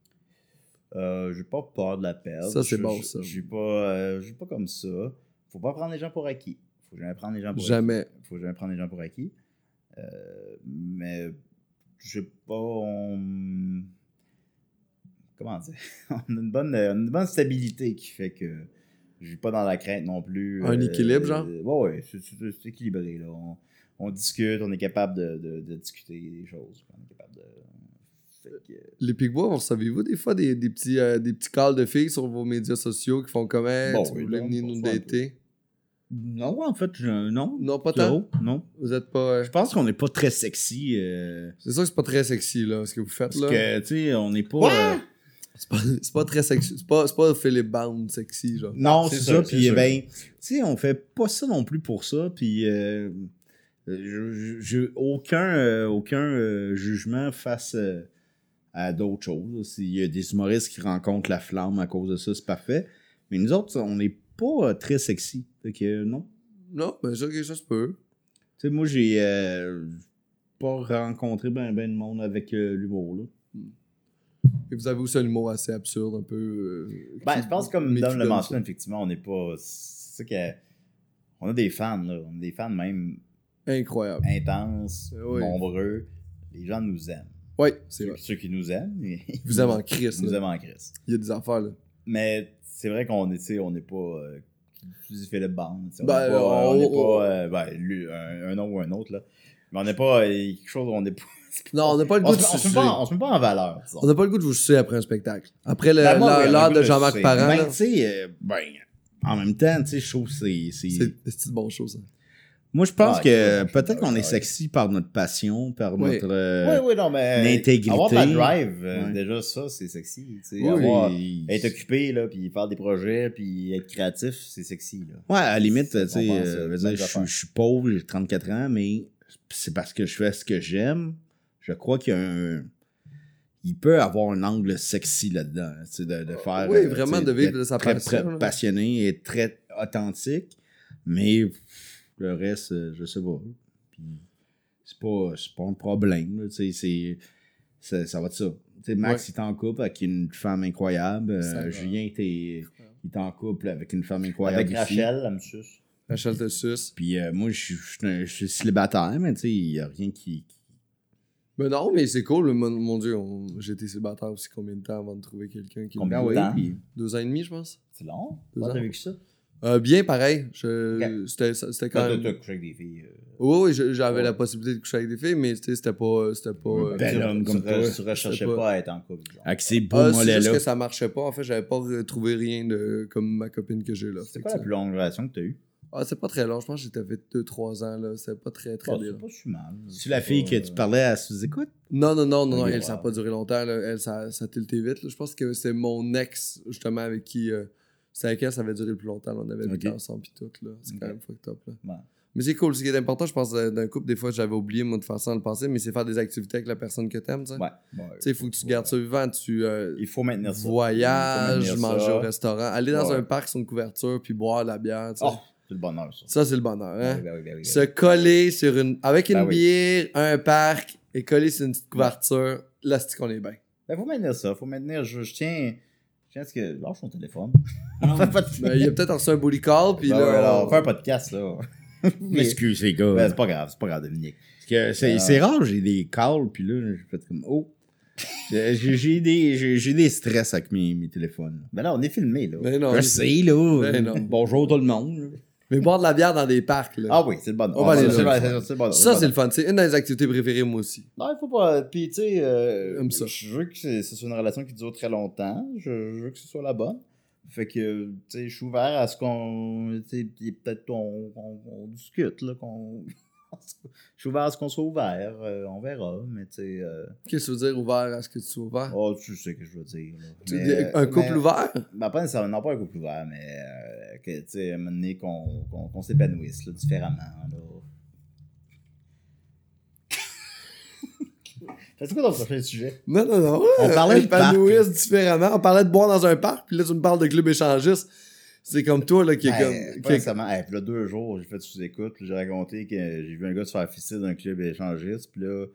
Euh, j'ai pas peur de la perdre. Ça, c'est Je- bon, je- ça. Je suis pas, euh, je suis pas comme ça. Faut pas prendre les gens pour acquis. Faut jamais prendre les gens pour Jamais. acquis. Faut jamais prendre les gens pour acquis. Euh, mais je sais pas. On... Comment dire? On a une bonne, une bonne stabilité qui fait que je suis pas dans la crainte non plus. Un équilibre, genre? Ouais, ouais, c'est, c'est- c'est équilibré. Là. On, on discute, on est capable de, de, de discuter des choses. On est capable de. Fait que, Les Picbois, vous savez-vous des fois des, des petits, euh, des petits calls de filles sur vos médias sociaux qui font comment Bon, tu oui, voulais non, venir on nous reçoit un dater? Non, en fait, je- non. Non, pas tant. Zéro, non. Vous êtes pas. euh, Je pense qu'on n'est pas très sexy. euh, C'est sûr que c'est pas très sexy, là, ce que vous faites, parce là. que, tu sais, on n'est pas. Quoi? euh, C'est pas, c'est pas très sexy. C'est pas, c'est pas Philip Bound sexy, genre. Non, C'est c'est sûr, ça. c'est Puis, sûr. ben, tu sais, on fait pas ça non plus pour ça. Puis, euh, je- je- je- aucun, euh, aucun euh, jugement face euh, à d'autres choses. là. S'il y a des humoristes qui rencontrent la flamme à cause de ça, c'est parfait. Mais nous autres, on n'est pas euh, très sexy. Fait que, euh, non. Non, mais ça, ok, ça se peut. Tu sais, moi, j'ai euh, pas rencontré ben, ben de monde avec euh, l'humour, là. Et vous avez aussi un humour assez absurde, un peu. euh, Ben, qui- je pense comme mais Dom qui le donne mentionne, effectivement, on n'est pas. C'est ça que. On a des fans, là. On a des fans même ça. Incroyable. intenses, Oui. nombreux. Les gens nous aiment. Oui, c'est Ceux, vrai. ceux qui nous aiment, ils Vous aimez en crise, ils nous là. aiment en crise. Il y a des affaires, là. Mais c'est vrai qu'on est, tu sais, on n'est pas. Euh, tu dis Philippe Bond. tu sais, On Ben, n'est pas. on- on n'est on- pas euh, ben, lui, un, un nom ou un autre, là. Mais on n'est pas euh, quelque chose où on n'est pas. Non, on n'a pas le On goût se, de on, se met sucer. pas, on se met pas en valeur. disons. On n'a pas le goût de vous sucer après un spectacle. Après le- Ben, moi, l'heure oui, on a l'heure le de goût de Jean-Marc sucer. Parent, Ben, là, tu sais, euh, ben, en même temps, tu sais, je trouve que c'est... c'est- c'est c'est une bonne chose. Ça. Moi, je pense Ah, que ok, peut-être ouais, qu'on ouais, est sexy par notre passion, par Oui. notre... euh, Oui, oui, non, mais. l'intégrité. Avoir de la drive, euh, Ouais. déjà, ça, c'est sexy. tu sais, Oui, avoir, oui. être occupé, là, puis faire des projets, puis être créatif, c'est sexy, là. Ouais, à la limite, tu Ça sais, compense, euh, euh, je veux plein dire, je d'affaires. suis- je suis pauvre, j'ai trente-quatre ans, mais c'est parce que je fais ce que j'aime. Je crois qu'il y a un... Il peut avoir un angle sexy là-dedans, tu sais, de, de faire... Oui, euh, vraiment, tu sais, de vivre d'être de sa très passion, très là. passionné et très authentique, mais pff, le reste, euh, je sais pas. Puis c'est pas, c'est pas un problème, là, tu sais, c'est... Ça, ça va de ça. Tu sais, Max, Ouais. il est en couple avec une femme incroyable. euh, Ça va. Julien, t'es, il est en couple avec une femme incroyable Avec aussi. Rachel, la monsieur. Rachel te suce. Puis euh, moi, je suis- je suis je suis célibataire, mais tu sais, il n'y a rien qui... qui- Mais non, mais c'est cool. Mon, mon Dieu, on- j'ai été célibataire aussi combien de temps avant de trouver quelqu'un qui... Combien Ah de oui, temps? puis- Deux ans et demi, je pense. C'est long. Deux Comment ans. t'as vécu ça? Euh, bien, pareil. Je, Ok. C'était c'était quand Quand même... t'as couché avec des filles. euh, Oui, oui, je- j'avais Ouais. la possibilité de coucher avec des filles, mais tu sais, c'était pas... C'était pas euh, Ben, tu- homme tu, comme re- toi. tu recherchais C'est pas... pas- à être en couple. genre. Avec ces beaux Ah, c'est juste mollets-là. que ça marchait pas. En fait, j'avais pas trouvé rien de comme ma copine que j'ai là. C'est Fait quoi que la plus longue relation que t'as eue? Ah, c'est pas très long. Je pense que j'étais fait deux trois ans, là. C'est pas très, très Bah, bien. c'est pas si mal. C'est la fille que tu parlais à sous-écoute? Non, non, non, non, non, Ok, elle, ça n'a wow. pas duré longtemps. Là. Elle, ça, ça a tilté vite. là. Je pense que c'est mon ex, justement, avec qui. Euh, c'est avec elle, ça avait duré le plus longtemps. là. On avait vécu Ok. ensemble pis tout. Là. C'est Ok. quand même fucked up. Là. Ouais. Mais c'est cool. Ce qui est important, je pense, euh, d'un couple, des fois, j'avais oublié, moi, de faire ça dans le passé, mais c'est faire des activités avec la personne que t'aimes, tu sais. Ouais. Ouais. Tu sais, il faut que tu gardes ça vivant. Tu. euh, Il faut maintenir ça. voyage, Il faut maintenir manger ça. au restaurant, aller dans Ouais. un parc sur une couverture, puis boire de la bière, tu sais. Oh, c'est le bonheur, ça. Ça, c'est le bonheur, hein? Oui, ben oui, ben oui, ben Se oui. coller sur une... avec une Ben oui. bière, un parc, et coller sur une petite couverture, là, c'est qu'on est bien. Ben, faut maintenir ça. Faut maintenir. Je, je tiens. Je tiens à ce que. Lâche ton téléphone. Non. Fais pas de- Ben, il a peut-être reçu un bully call, puis Ben là... ouais, alors, on- fais un podcast, là. Mais- Excuse les gars. Ben, c'est pas grave, c'est pas grave, Dominique. Parce que c'est, Ah. c'est rare, j'ai des calls, puis là, j'ai fait comme, oh. J'ai, j'ai des, j'ai, j'ai des stress avec mes, mes téléphones. Ben là, on est filmé, là. Ben non, Je mais- sais, là. Ben non. Bonjour tout le monde. là. Mais boire de la bière dans des parcs, là. Ah oui, c'est le bonheur. On va aller c'est, là. c'est, c'est, c'est le bonheur. ça, c'est le fun. C'est une des activités préférées, moi aussi. Non, il faut pas. Puis, tu sais, euh, J'aime ça. je veux que c'est- ce soit une relation qui dure très longtemps. Je, je veux que ce soit la bonne. Fait que, tu sais, je suis ouvert à ce qu'on. Tu sais, puis peut-être on, on, on discute, là. Qu'on... je suis ouvert à ce qu'on soit ouvert. euh, on verra, mais tu sais. euh, Qu'est-ce que tu veux dire ouvert à ce que tu sois ouvert? Oh, tu sais ce que je veux dire. là. Tu Mais, dis, un couple mais- ouvert? Ben, pas nécessairement, non, pas un couple ouvert, mais euh, que, tu sais, à un moment donné, qu'on, qu'on, qu'on s'épanouisse, là, différemment, là. C'est quoi ton prochain sujet? Non, non, non. On parlait de épanouissent différemment. On parlait de boire dans un parc, puis là, tu me parles de club échangiste. C'est comme toi, là, qui est Ben, comme... pas qui est- nécessairement. Hey, puis là, deux jours, j'ai fait sous-écoute, puis j'ai raconté que j'ai vu un gars se faire fisser dans un club échangiste, puis là,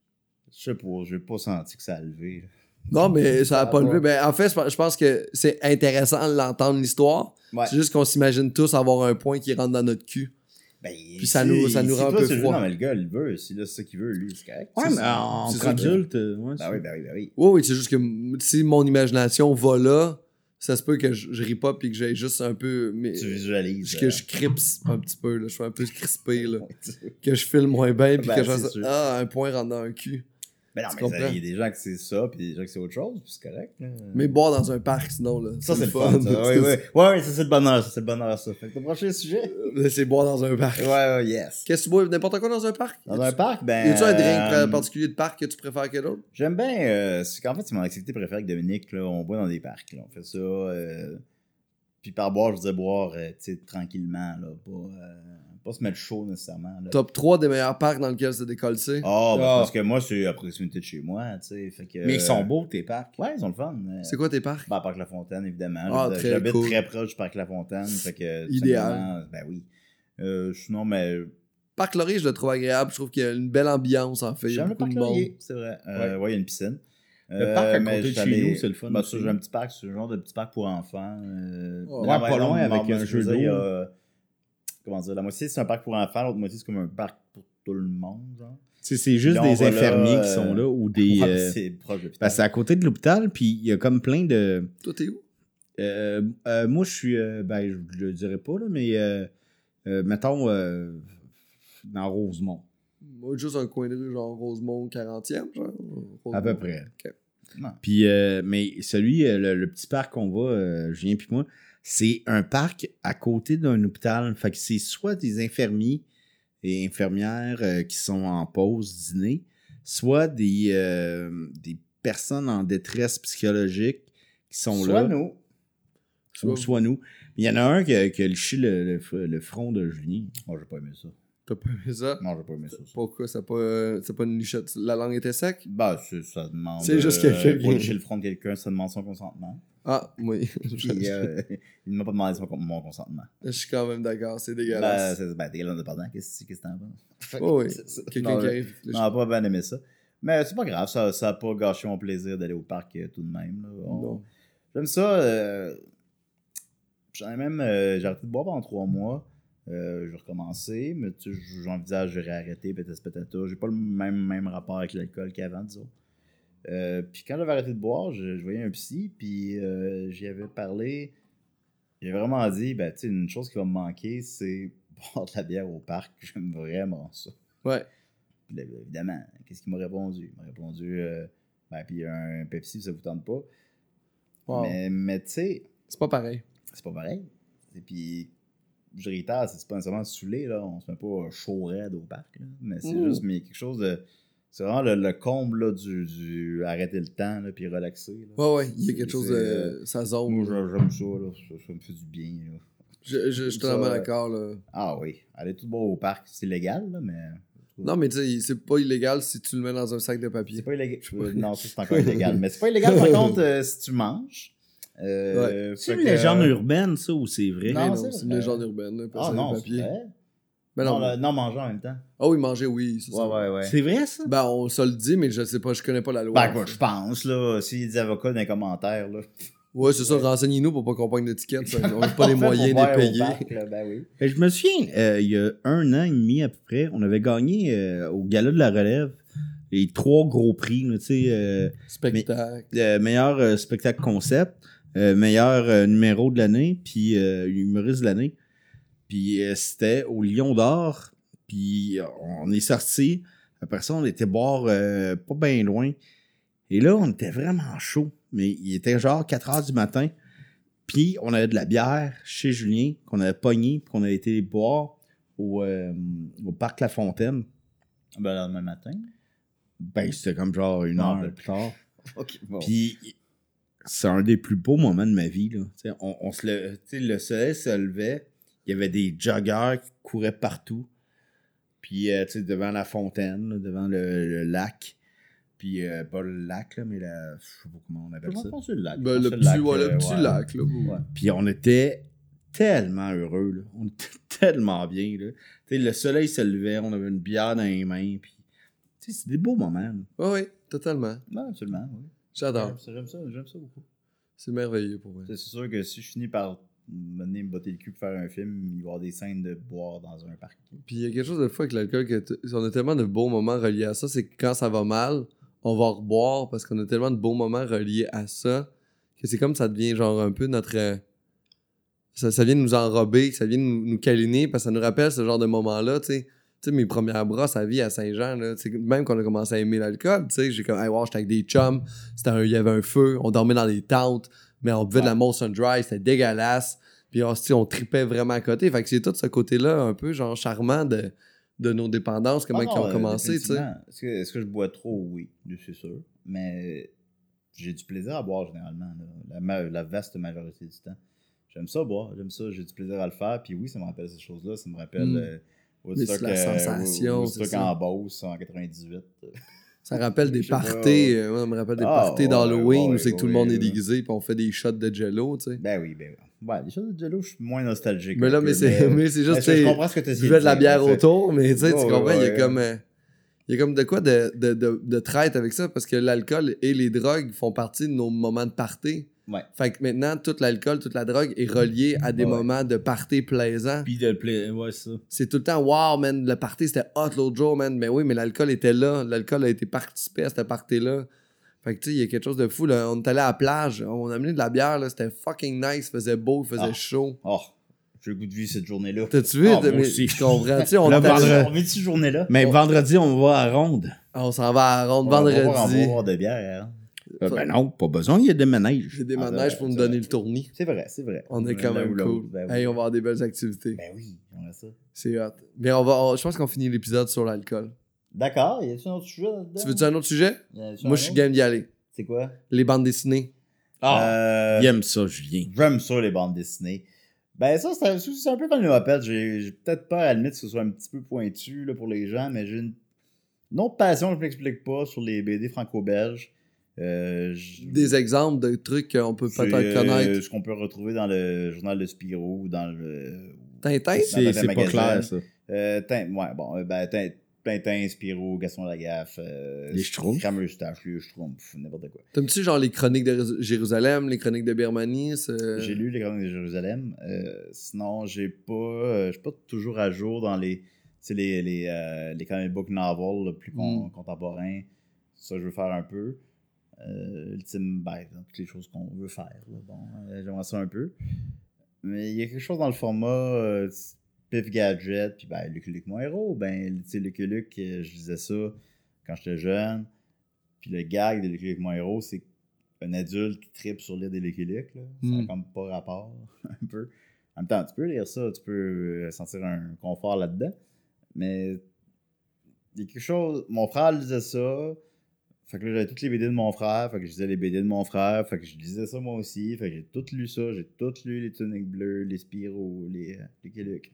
je sais pas, j'ai pas senti que ça a levé. là. Non, mais ça a Ça pas va. levé. Ben, en fait, je pense que c'est intéressant de l'entendre, l'histoire. Ouais. C'est juste qu'on s'imagine tous avoir un point qui rentre dans notre cul. Ben, Puis ça si- nous- ça nous si rend un toi, peu tu le veux, froid. non, mais le gars, il veut. Si là, c'est ça qu'il veut, lui, c'est correct. Ouais, C'est mais ça. en c'est tant ça. qu'adulte, euh, ouais, Ben oui, ben oui, ben oui. Oui, oui, c'est juste que m- si mon imagination va là, ça se peut que je, je ris pas puis que j'aille juste un peu. Mais, Tu visualises. que euh, je cripse un petit peu, là. Je suis un peu crispé, là. ouais, tu- Que je file moins bien puis Ben, que je c'est fasse sûr. ah, un point rentre dans un cul. Ben non, Tu mais ça, comprends? il y a des gens que c'est ça, puis des gens que c'est autre chose, puis c'est correct. Là. Mais boire dans un parc, sinon, là. ça, c'est le fun. ça. Oui, oui. Ouais, ouais, ça, c'est le bonheur. Ça, c'est le bonheur, ça. Fait que le prochain sujet. Euh, C'est boire dans un parc. Ouais, ouais, yes. Qu'est-ce que tu bois? N'importe quoi dans un parc? Dans un parc, ben. Y a-tu un drink euh, particulier de parc que tu préfères que d'autres? J'aime bien. Euh, c'est qu'en fait, c'est mon activité préférée avec Dominique. Là. On boit dans des parcs. Là. On fait ça. Euh, puis par boire, je veux dire boire euh, tu sais, tranquillement. Là. Pas, euh, pas se mettre chaud nécessairement. Là. Top trois des meilleurs parcs dans lesquels se décoller. Ah, ben, Ah. parce que moi, c'est à proximité de chez moi. Tu sais. Fait que, Mais ils sont euh, beaux, tes parcs. Ouais, ils ont le fun. euh, C'est quoi tes parcs? Ben, Parc La Fontaine, évidemment. Ah, J'habite- très J'habite cool. très proche du Parc La Fontaine. Fait que, tout Idéal. simplement, Ben oui. Euh, sinon, mais. Parc Laurier, je le trouve agréable. Je trouve qu'il y a une belle ambiance, en fait. Il y a J'aime le beaucoup Parc de monde. Laurier, c'est vrai. Euh, ouais, il y a une piscine. Le parc à mais côté de j'étais chez allé- nous, c'est le fun Ben, aussi. ça, j'ai un petit parc, c'est un genre de petit parc pour enfants. Euh, Oh, mais ouais, non, pas non, loin, non, avec moi, un ce jeu que je veux dire, il y d'eau. a- Comment dire, la moitié c'est un parc pour enfants, l'autre moitié c'est comme un parc pour tout le monde. Genre. C'est, c'est juste Là, on des va là, infirmiers euh, qui sont là ou des. Ouais, euh, c'est proche de l'hôpital. parce que c'est à côté de l'hôpital, puis il y a comme plein de. Toi, t'es où? Euh, euh, moi, je suis. euh, ben, je le dirais pas, là, mais. Euh, euh, mettons. euh, dans Rosemont. Moi, juste un coin de rue, genre Rosemont quarantième, genre. Rosemont. À peu près. Ok. Non. Puis, euh, mais celui, euh, le, le petit parc qu'on va, euh, Julien puis moi, c'est un parc à côté d'un hôpital. Fait que c'est soit des infirmiers et infirmières euh, qui sont en pause dîner, soit des, euh, des personnes en détresse psychologique qui sont Soit là. nous. Ou soit nous. Il y en a un qui a, qui a liché le, le, le front de Julien. Moi, j'ai pas aimé ça. T'as pas aimé ça? Non, j'ai pas aimé ça. ça. Pourquoi? C'est pas, euh, c'est pas une lichette. La langue était sec? Bah, c'est- ça demande. C'est juste euh, quelqu'un Pour qui- licher le front de quelqu'un, ça demande son consentement. Ah, oui. Puis, euh, il ne m'a pas demandé son, mon consentement. Je suis quand même d'accord, c'est Ben, dégueulasse. c'est ben, t'es indépendant. Qu'est-ce qu'est-ce que t'en penses? Oh oui, C'est- c'est- quelqu'un non, qui euh, arrive. Non, j'ai pas bien aimé ça. Mais c'est pas grave, ça ça a pas gâché mon plaisir d'aller au parc euh, tout de même. Là. On- Non. J'aime ça. Euh... J'en ai même. euh, J'ai arrêté de boire pendant trois mois. Euh, je vais recommencer, mais tu sais, j'envisage de réarrêter, peut-être, peut-être. J'ai pas le même, même rapport avec l'alcool qu'avant, disons. Euh, puis quand j'avais arrêté de boire, je, je voyais un psy, puis euh, j'y avais parlé. J'ai vraiment dit, ben, tu sais, une chose qui va me manquer, c'est boire de la bière au parc. J'aime vraiment ça. Ouais. Puis là, évidemment, qu'est-ce qu'il m'a répondu? Il m'a répondu, euh, ben, puis un Pepsi, ça vous tente pas. Wow. Mais, mais tu sais, C'est pas pareil. c'est pas pareil. Et puis, je réitère, c'est pas nécessairement saoulé, là. On se met pas chaud raide au parc, là. Mais c'est Mmh. juste, mais quelque chose de. C'est vraiment le, le comble, là, du, du arrêter le temps, là, puis relaxer. Là. Ouais, ouais, il y a C'est- quelque chose c'est, de. Ça zone. Moi, j'a- j'aime ça, là. Ça, ça me fait du bien, là. Je, je, je suis Ça, totalement ouais. d'accord, là. Ah oui, aller tout boire au parc, c'est légal, là, mais. Non, mais tu sais, c'est pas illégal si tu le mets dans un sac de C'est papier. pas illégal. Euh, non, ça, c'est encore illégal. Mais c'est pas illégal, par contre, euh, si tu manges. Euh, C'est fait une que- légende urbaine, ça, ou c'est vrai? Non, Non, c'est c'est une vrai. légende urbaine, là, pas Ah ça, non, le c'est papier. vrai. Ben non, non. le- non, manger en même temps. Ah oui, manger, oui, c'est Ouais, ça. ouais, ouais. C'est vrai, ça? Ben, on se le dit, mais je sais pas, je connais pas la loi. Ben, quoi, je pense, là, s'il y a des avocats dans les commentaires, là. Ouais, c'est ça, renseignez-nous pour pas qu'on pogne d'étiquette. ça. On n'a pas les En fait, moyens pour de boire les au payer. parc, là, ben oui. Ben, je me souviens, euh, il y a un an et demi à peu près, on avait gagné euh, au Gala de la Relève les trois gros prix, là, tu sais, euh, Spectacle. euh, meilleur euh, spectacle concept, euh, meilleur euh, numéro de l'année, puis euh, humoriste de l'année. Puis euh, c'était au Lion d'Or, puis euh, on est sorti. Après ça, on était boire euh, pas bien loin. Et là, on était vraiment chaud. Mais il était genre quatre heures du matin. Puis on avait de la bière chez Julien qu'on avait pogné, puis qu'on avait été boire au, euh, au Parc La Fontaine. Ben, le lendemain matin. Ben, c'était comme genre une Non, heure ben- plus tard. Ok, bon. Puis c'est un des plus beaux moments de ma vie. Là. Tu sais, on, on se le, tu sais, le soleil se levait, il y avait des joggers qui couraient partout. Puis euh, tu sais, devant la fontaine, là, devant le, le lac. Puis euh, pas le lac, là, mais la, je sais pas comment on appelle Je ça. pense que c'est le lac. Ben, Je le pense petit, que c'est ouais, le euh, petit ouais. lac, là. Ouais. Puis on était tellement heureux. Là. On était tellement bien. Là. Tu sais, le soleil se levait, on avait une bière dans les mains. Puis tu sais, c'est des beaux moments. Là. Ouais, ouais, totalement. Non, absolument, oui. J'adore. Ouais, J'aime ça, j'aime ça beaucoup. C'est merveilleux pour moi. C'est sûr que si je finis par mener me botter le cul pour faire un film, il va y avoir des scènes de boire dans un parc. Puis il y a quelque chose de fou avec l'alcool que t- on a tellement de beaux moments reliés à ça, c'est que quand ça va mal, on va reboire parce qu'on a tellement de beaux moments reliés à ça que c'est comme ça devient genre un peu notre euh, ça, ça vient nous enrober, ça vient nous, nous câliner parce que ça nous rappelle ce genre de moments-là, tu sais. Tu sais, mes premières brosses à vie à Saint-Jean, là, tu sais, même quand on a commencé à aimer l'alcool, tu sais, j'ai comme, hey, wow, j'étais avec des chums, c'était un- il y avait un feu, on dormait dans des tentes, mais on buvait de la Molson Dry, c'était dégueulasse, puis on, tu sais, on tripait vraiment à côté, fait que c'est tout ce côté-là un peu, genre, charmant de, de nos dépendances, comment Ah ils non, ont euh, commencé, tu sais. définitivement. Est-ce que, est-ce que je bois trop? Oui, c'est sûr. Mais j'ai du plaisir à boire généralement, là. La, ma- la vaste majorité du temps. J'aime ça boire, j'aime ça, j'ai du plaisir à le faire. Puis oui, ça me rappelle ces choses-là. Ça me rappelle Mm. euh, Mais c'est la sensation, Woodstock c'est ça. en Beauce en quatre-vingt-dix-huit. Ça rappelle des Je sais pas. parties, euh, moi, ça me rappelle des Ah, parties ouais, d'Halloween ouais, où c'est que tout le ouais, monde est ouais. déguisé puis on fait des shots de jello, tu sais. Ben oui, ben oui. Ouais, les choses de Jello, je suis moins nostalgique. Mais un là, peu, mais c'est mais c'est juste, mais tu sais, je comprends ce que tu tu buvais de la bière autour, mais tu sais, tu Ouais, comprends, ouais, il y a ouais. comme... euh, il y a comme de quoi de, de, de, de traite avec ça, parce que l'alcool et les drogues font partie de nos moments de party. Ouais. Fait que maintenant, tout l'alcool, toute la drogue est reliée à des Ouais. moments de party plaisants. Puis de le pla- ouais, ça. C'est tout le temps, wow, man, le party c'était hot l'autre jour, man. Mais oui, mais l'alcool était là. L'alcool a été participé à cette party-là. Fait que tu sais, il y a quelque chose de fou. Là. On est allé à la plage, on a amené de la bière, là, c'était fucking nice, il faisait beau, il faisait Ah. chaud. Oh, J'ai le goût de vivre cette journée-là. T'as-tu vu? Ah, moi mais, aussi. tu comprends? Tu sais, on, Le était- vendredi. On vit cette journée-là. Mais On- vendredi, on va à Ronde. on s'en va à la ronde On va vendredi. boire, on va boire de bière. Hein. Euh, ben non, pas besoin, il y a des manèges. J'ai des Ah, manèges ben, pour me c'est donner vrai. le tournis. C'est vrai, c'est vrai. On est quand L'un même ou l'autre, cool. Ben, Hey, oui. on va avoir des belles activités. Ben oui, on a ça. C'est hot. Mais on va, on- je pense qu'on finit l'épisode sur l'alcool. D'accord, y a-tu un autre sujet là-dedans? Tu veux-tu un autre sujet? Y a-tu un Moi, je suis autre? game d'y aller. C'est quoi? Les bandes dessinées. Ah, Euh, il aime ça, Julien. J'aime ça, les bandes dessinées. Ben ça, c'est un, c'est un peu comme les mopettes. J'ai j'ai peut-être peur, à la limite, que ce soit un petit peu pointu là, pour les gens, mais j'ai une, une autre passion que je m'explique pas sur les B D franco-belges. Euh, j- Des exemples de trucs qu'on peut c'est, peut-être euh, connaître. ce qu'on peut retrouver dans le journal de Spirou ou dans le... Tintin? C'est Tintin c'est pas Magazine. clair, ça. Euh, Tin- ouais, bon, euh, ben, Tin- Tintin, Spirou, Gaston Lagaffe, euh, Les Schtroumpfs. Kramer-Eustache, les Schtroumpfs, n'importe quoi. T'aimes-tu genre les chroniques de Rés- Jérusalem, les chroniques de Birmanie? c'est- J'ai lu les Chroniques de Jérusalem. Euh, sinon, j'ai pas, euh, je suis pas toujours à jour dans les, tu sais, les, les, euh, les comic book novels là, plus con- Mm. contemporains. Ça, je veux faire un peu. Euh, Ultime, ben, dans toutes les choses qu'on veut faire. Là, bon, euh, j'aimerais ça un peu. Mais il y a quelque chose dans le format euh, Pif Gadget, puis ben, Lucky Luke, mon héros. Ben, tu sais, Lucky Luke, euh, je lisais ça quand j'étais jeune. Puis le gag de Lucky Luke, mon héros, c'est un adulte qui tripe sur lire des Lucky Luke. Là. Ça Mm. n'a comme pas rapport, un peu. En même temps, tu peux lire ça, tu peux euh, sentir un confort là-dedans. Mais il y a quelque chose. Mon frère lisait ça. Fait que là, j'avais toutes les B D de mon frère. Fait que je lisais les B D de mon frère. Fait que je lisais ça moi aussi. Fait que j'ai tout lu ça. J'ai tout lu les Tuniques Bleues, les Spirou, les euh, Lucky Luke.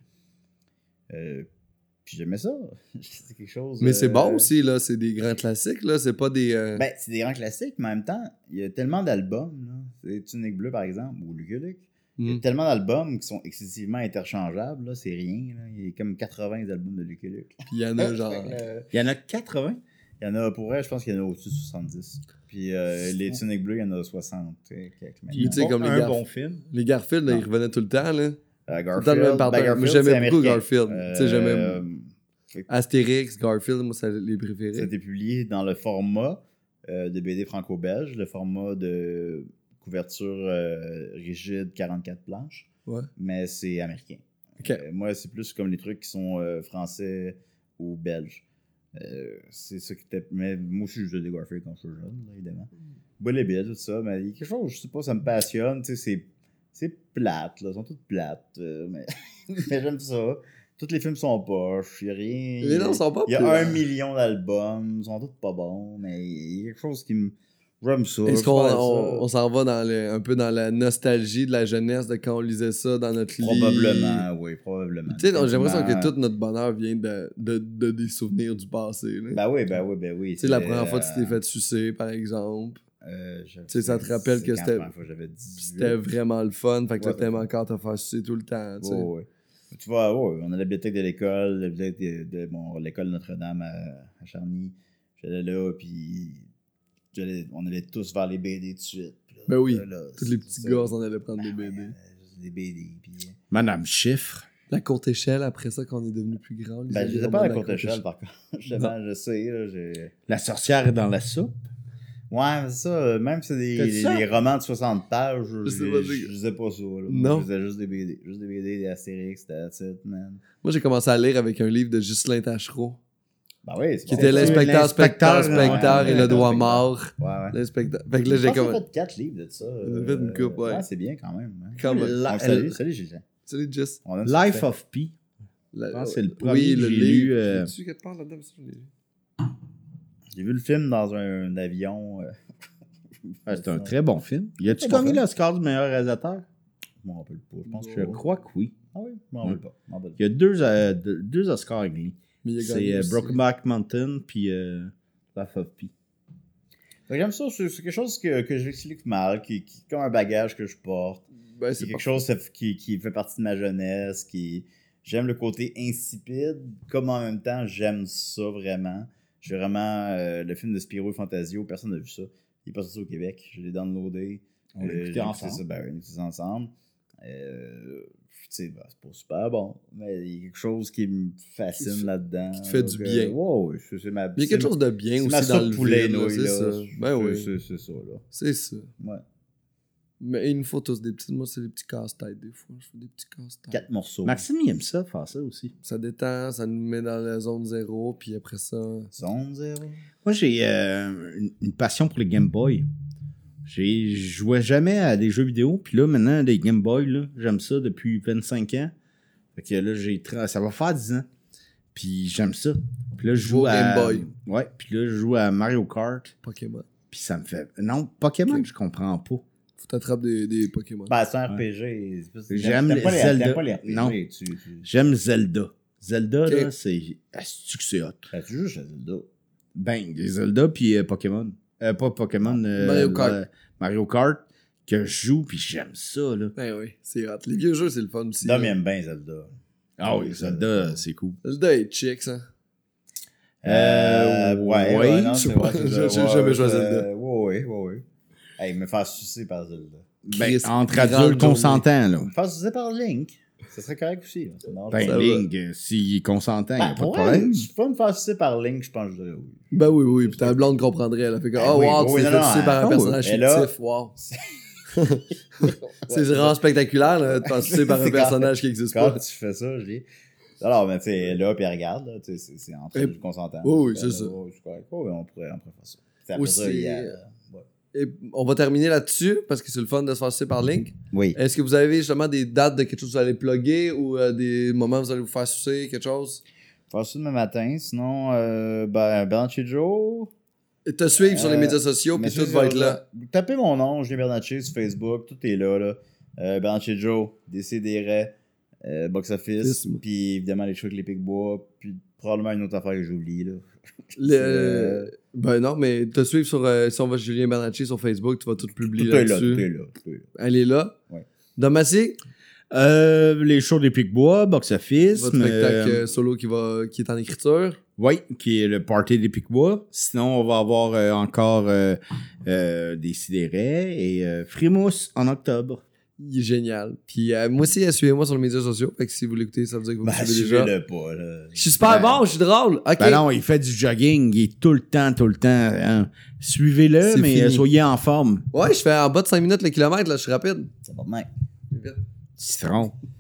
Euh, puis j'aimais ça. C'est quelque chose. Mais c'est euh, bon aussi, là. C'est des grands classiques, là. C'est pas des. euh, Ben, c'est des grands classiques, mais en même temps, il y a tellement d'albums. Là. C'est Tunique Bleue, par exemple, ou Lucky Luke. Il y a hmm. tellement d'albums qui sont excessivement interchangeables. Là. C'est rien. Là. Il y a comme quatre-vingts albums de Lucky Luke. Puis il y en a genre. Fait que, euh, Il y en a quatre-vingts. il y en a, pour vrai, je pense qu'il y en a au-dessus de soixante-dix. Puis euh, les Tuniques Bleues, il y en a soixante. et quelques Puis tu sais, Bon, comme les un gars- bon film. Les Garfield, là, Non. ils revenaient tout le temps, là. Euh, Tout le temps le Garfield, même ben, partenaire. Garfield, Moi, j'aimais c'est beaucoup américain. Garfield. Tu sais, j'aimais Euh, Astérix, Garfield, moi, c'est les préférés. Ça a été publié dans le format euh, de B D franco-belge, le format de couverture euh, rigide quarante-quatre planches, Ouais. mais c'est américain. Ok. Euh, moi, c'est plus comme les trucs qui sont euh, français ou belges. Euh, c'est ça qui était. Mais moi aussi, je faisais des Garfield quand j'étais jeune, là, évidemment. Bully Bill, tout ça, mais il y a quelque chose, je sais pas, ça me passionne, tu sais, c'est. C'est plate, là, elles sont toutes plates, euh, mais, mais j'aime ça. Tous les films sont poches, il y a rien. Mais non, ils sont pas Il y a plates. un million d'albums, ils sont tous pas bons, mais il y a quelque chose qui me. J'aime ça. Est-ce je qu'on fais ça. on, on s'en va dans le, un peu dans la nostalgie de la jeunesse de quand on lisait ça dans notre lit? Probablement, oui, probablement. Tu sais, j'ai l'impression que Effectivement. tout notre bonheur vient de, de, de des souvenirs du passé. là. Ben oui, ben oui, ben oui. Tu sais, la c'est, première fois que tu t'es euh, fait sucer, par exemple. euh, je- Tu sais, ça te rappelle c'est que quand c'était- la première fois que j'avais dix-huit. C'était vraiment le fun. Fait que là, Ouais, t'aimes ouais. encore te faire sucer tout le temps. Tu sais. Ouais, ouais. Tu vois, ouais, on a la bibliothèque de l'école, la bibliothèque de, de bon, l'école Notre-Dame à, à Charny. J'allais là, puis j'allais- on allait tous vers les B D tout de suite. Puis là, Ben oui, là, là, Tous les c'est petits ça. gars, on allait prendre des Ben B D. ouais, juste des B D. Puis, euh, Madame Chiffre. La courte échelle, après ça, quand on est devenu plus grand. on lisait ben, je les sais pas romans à de la courte échelle, par contre. Justement, je sais, là, j'ai. La sorcière est dans la soupe. Ouais, mais c'est ça, euh, même si c'est des, T'as dit des- ça? des romans de soixante pages, je, Je sais je, pas, je, c'est- je lisais pas ça. Là. Moi, Non. Je lisais juste des B D. Juste des B D, des Astérix, that's it, man. Moi, j'ai commencé à lire avec un livre de Ghislain Tachereau, Ben oui, c'est qui bon. était C'est l'inspecteur, l'inspecteur, spectateur, spectateur ouais, et ouais, le doigt l'inspecteur. mort. Ouais, ouais. L'inspecteur. Fait que là, Je j'ai pense qu'il comme. a fait quatre livres de ça. Il a fait une coupe, ouais. c'est bien quand même. Hein. Quand même. La- Donc, salut, elle- salut, Gilles. Salut, Gis. On a Life succès. of Pi. La- pense que c'est le oui, premier que le j'ai livre. lu, euh, J'ai-tu quelque part là-dedans? Ça, je l'ai lu. J'ai vu le film dans un, un avion. euh, Ah, c'est un très bon film. Y a-tu Très bon gagné film. l'Oscar du meilleur réalisateur? Je m'en rappelle pas. Je pense que Je crois que oui. Ah oui, je m'en rappelle pas. Je m'en rappelle Il y a deux, euh, deux, deux Oscars à gagner. Mais il a C'est gagné euh, aussi. Brokeback Mountain puis euh, Life of Pi. pas. Fait que J'aime ça. C'est c'est quelque chose que, que j'explique mal, qui, qui comme un bagage que je porte. Ben, C'est c'est quelque pas... chose qui, qui fait partie de ma jeunesse. Qui... J'aime le côté insipide, comme en même temps, j'aime ça vraiment. J'ai vraiment euh, le film de Spirou et Fantasio, personne n'a vu ça. Il est pas sorti au Québec, je l'ai downloadé. On l'a Euh, écouté j'ai ensemble. Ça, ben, oui, on l'a écouté ça ensemble. Euh, tu sais, ben, c'est pas super bon, mais il y a quelque chose qui me fascine Qui te- là-dedans. qui te fait du Donc, bien. euh, ouais, ouais, c'est c'est ma. Il y a c'est quelque ma- chose de bien c'est ma aussi dans soupe le poulet vide, là, nouilles, c'est là. ça. Ben C'est- oui, c'est- C'est ça, là. c'est ça. Ouais. Mais il nous faut tous des petites. Moi, c'est des petits casse-têtes des fois. Je fais des petits casse-têtes. Quatre morceaux. Maxime, il aime ça, faire ça aussi. Ça détend, ça nous met dans la zone zéro, puis après ça. Zone zéro. Moi, j'ai euh, une, une passion pour les Game Boy. J'ai, je jouais jamais à des jeux vidéo, puis là, maintenant, les Game Boy, là, j'aime ça depuis vingt-cinq ans. Fait que là, j'ai tra- ça va faire dix ans. Puis j'aime ça. Puis là, je joue Joue au à... Game Boy. Ouais, puis là, je joue à Mario Kart. Pokémon. Puis ça me fait... Non, Pokémon, Ok. je comprends pas. Faut t'attraper des, des Pokémon. Ben, c'est un R P G. c'est pas- J'aime t'aimes les pas les- Zelda. t'aimes pas les R P G. Non. Tu, tu, J'aime Zelda. Zelda, Ok. là, c'est... Est-ce que c'est hot? ben, tu joues chez Zelda. Ben, les Zelda puis euh, Pokémon. Euh, pas Pokémon. euh, Mario Kart. euh, Mario Kart, que je joue, puis j'aime ça, là. Ben oui, c'est hot. Les vieux jeux, c'est le fun aussi. Dom, il là. aime bien Zelda. Ah oui, Zelda, c'est cool. Zelda est chic, ça. Euh, Euh, ouais, ouais, non, je sais c'est pas. vrai, c'est J'ai- ça. j'ai jamais Ouais, joué à euh, Zelda. Ouais, ouais, ouais, ouais. Hey, me faire sucer par Zelda. Ben, Chris, entre grande adultes journée. consentants, là. Me faire sucer par Link. Ça serait correct aussi. Là. Ça marche. Ben, Ça va. Link, euh, s'il est consentant, il Ben, n'y a pas de pour problème. elle, tu peux me faire sucer par Link, je pense que je dirais oui. Ben oui, oui. Puis ta blonde comprendrait. Elle fait que, Ben oh oui, wow, oui, tu t'es non, fait non, sucer par un ah, personnage oui. Et là- fictif. Wow. C'est vraiment spectaculaire, là, de te faire sucer par un C'est quand- personnage qui n'existe Quand pas. tu fais ça, je dis. Alors, mais tu sais, là, puis elle regarde, là, tu sais, c'est- c'est entre Et- du consentant. Oui, oui, c'est Ben, ça. ouais, c'est correct. Ouais, on pourrait, on pourrait faire ça. Puis après Aussi, ça, il y a- euh, ouais. Et on va terminer là-dessus, parce que c'est le fun de se faire sucer par Link. Oui. Est-ce que vous avez justement des dates de quelque chose que vous allez plugger ou euh, des moments où vous allez vous faire sucer, quelque chose? Faire ça demain matin. Sinon, euh, ben, Bernatchez Joe. Et te suivre sur les Euh, médias sociaux, mais puis tout c'est va ça, être là. Tapez mon nom, Julien Bernatchez sur Facebook, tout est là. là. Euh, Bernatchez Joe, Décideret, euh, Box Office, Isme. puis évidemment les choix avec les Pic-Bois, puis probablement une autre affaire que j'oublie. là. Le- C'est, euh, Ben non, mais te suivre sur, euh, si on va chez Julien Bernatchez sur Facebook, tu vas tout publier Tout est là, là-dessus. tout est là. Tout est là. Elle est là. Ouais. Domatie, Euh, les shows des Pic-Bois, Box Office. votre spectacle euh, solo qui, va, qui est en écriture. Oui, qui est le Party des Pic-Bois. Sinon, on va avoir euh, encore euh, euh, des sidérés et euh, Frimousse en octobre. Il est génial. Puis euh, moi aussi, euh, suivez-moi sur les médias sociaux. Fait que si vous l'écoutez, ça veut dire que vous Ben, me suivez déjà. suivez-le pas. Là. Je suis super Ben- bon, je suis drôle. Ok. Ben non, il fait du jogging, il est tout le temps, tout le temps. hein. Suivez-le, C'est mais fini. euh, soyez en forme. Ouais, je fais en bas de cinq minutes le kilomètre, là, je suis rapide. C'est pas de même. Citron.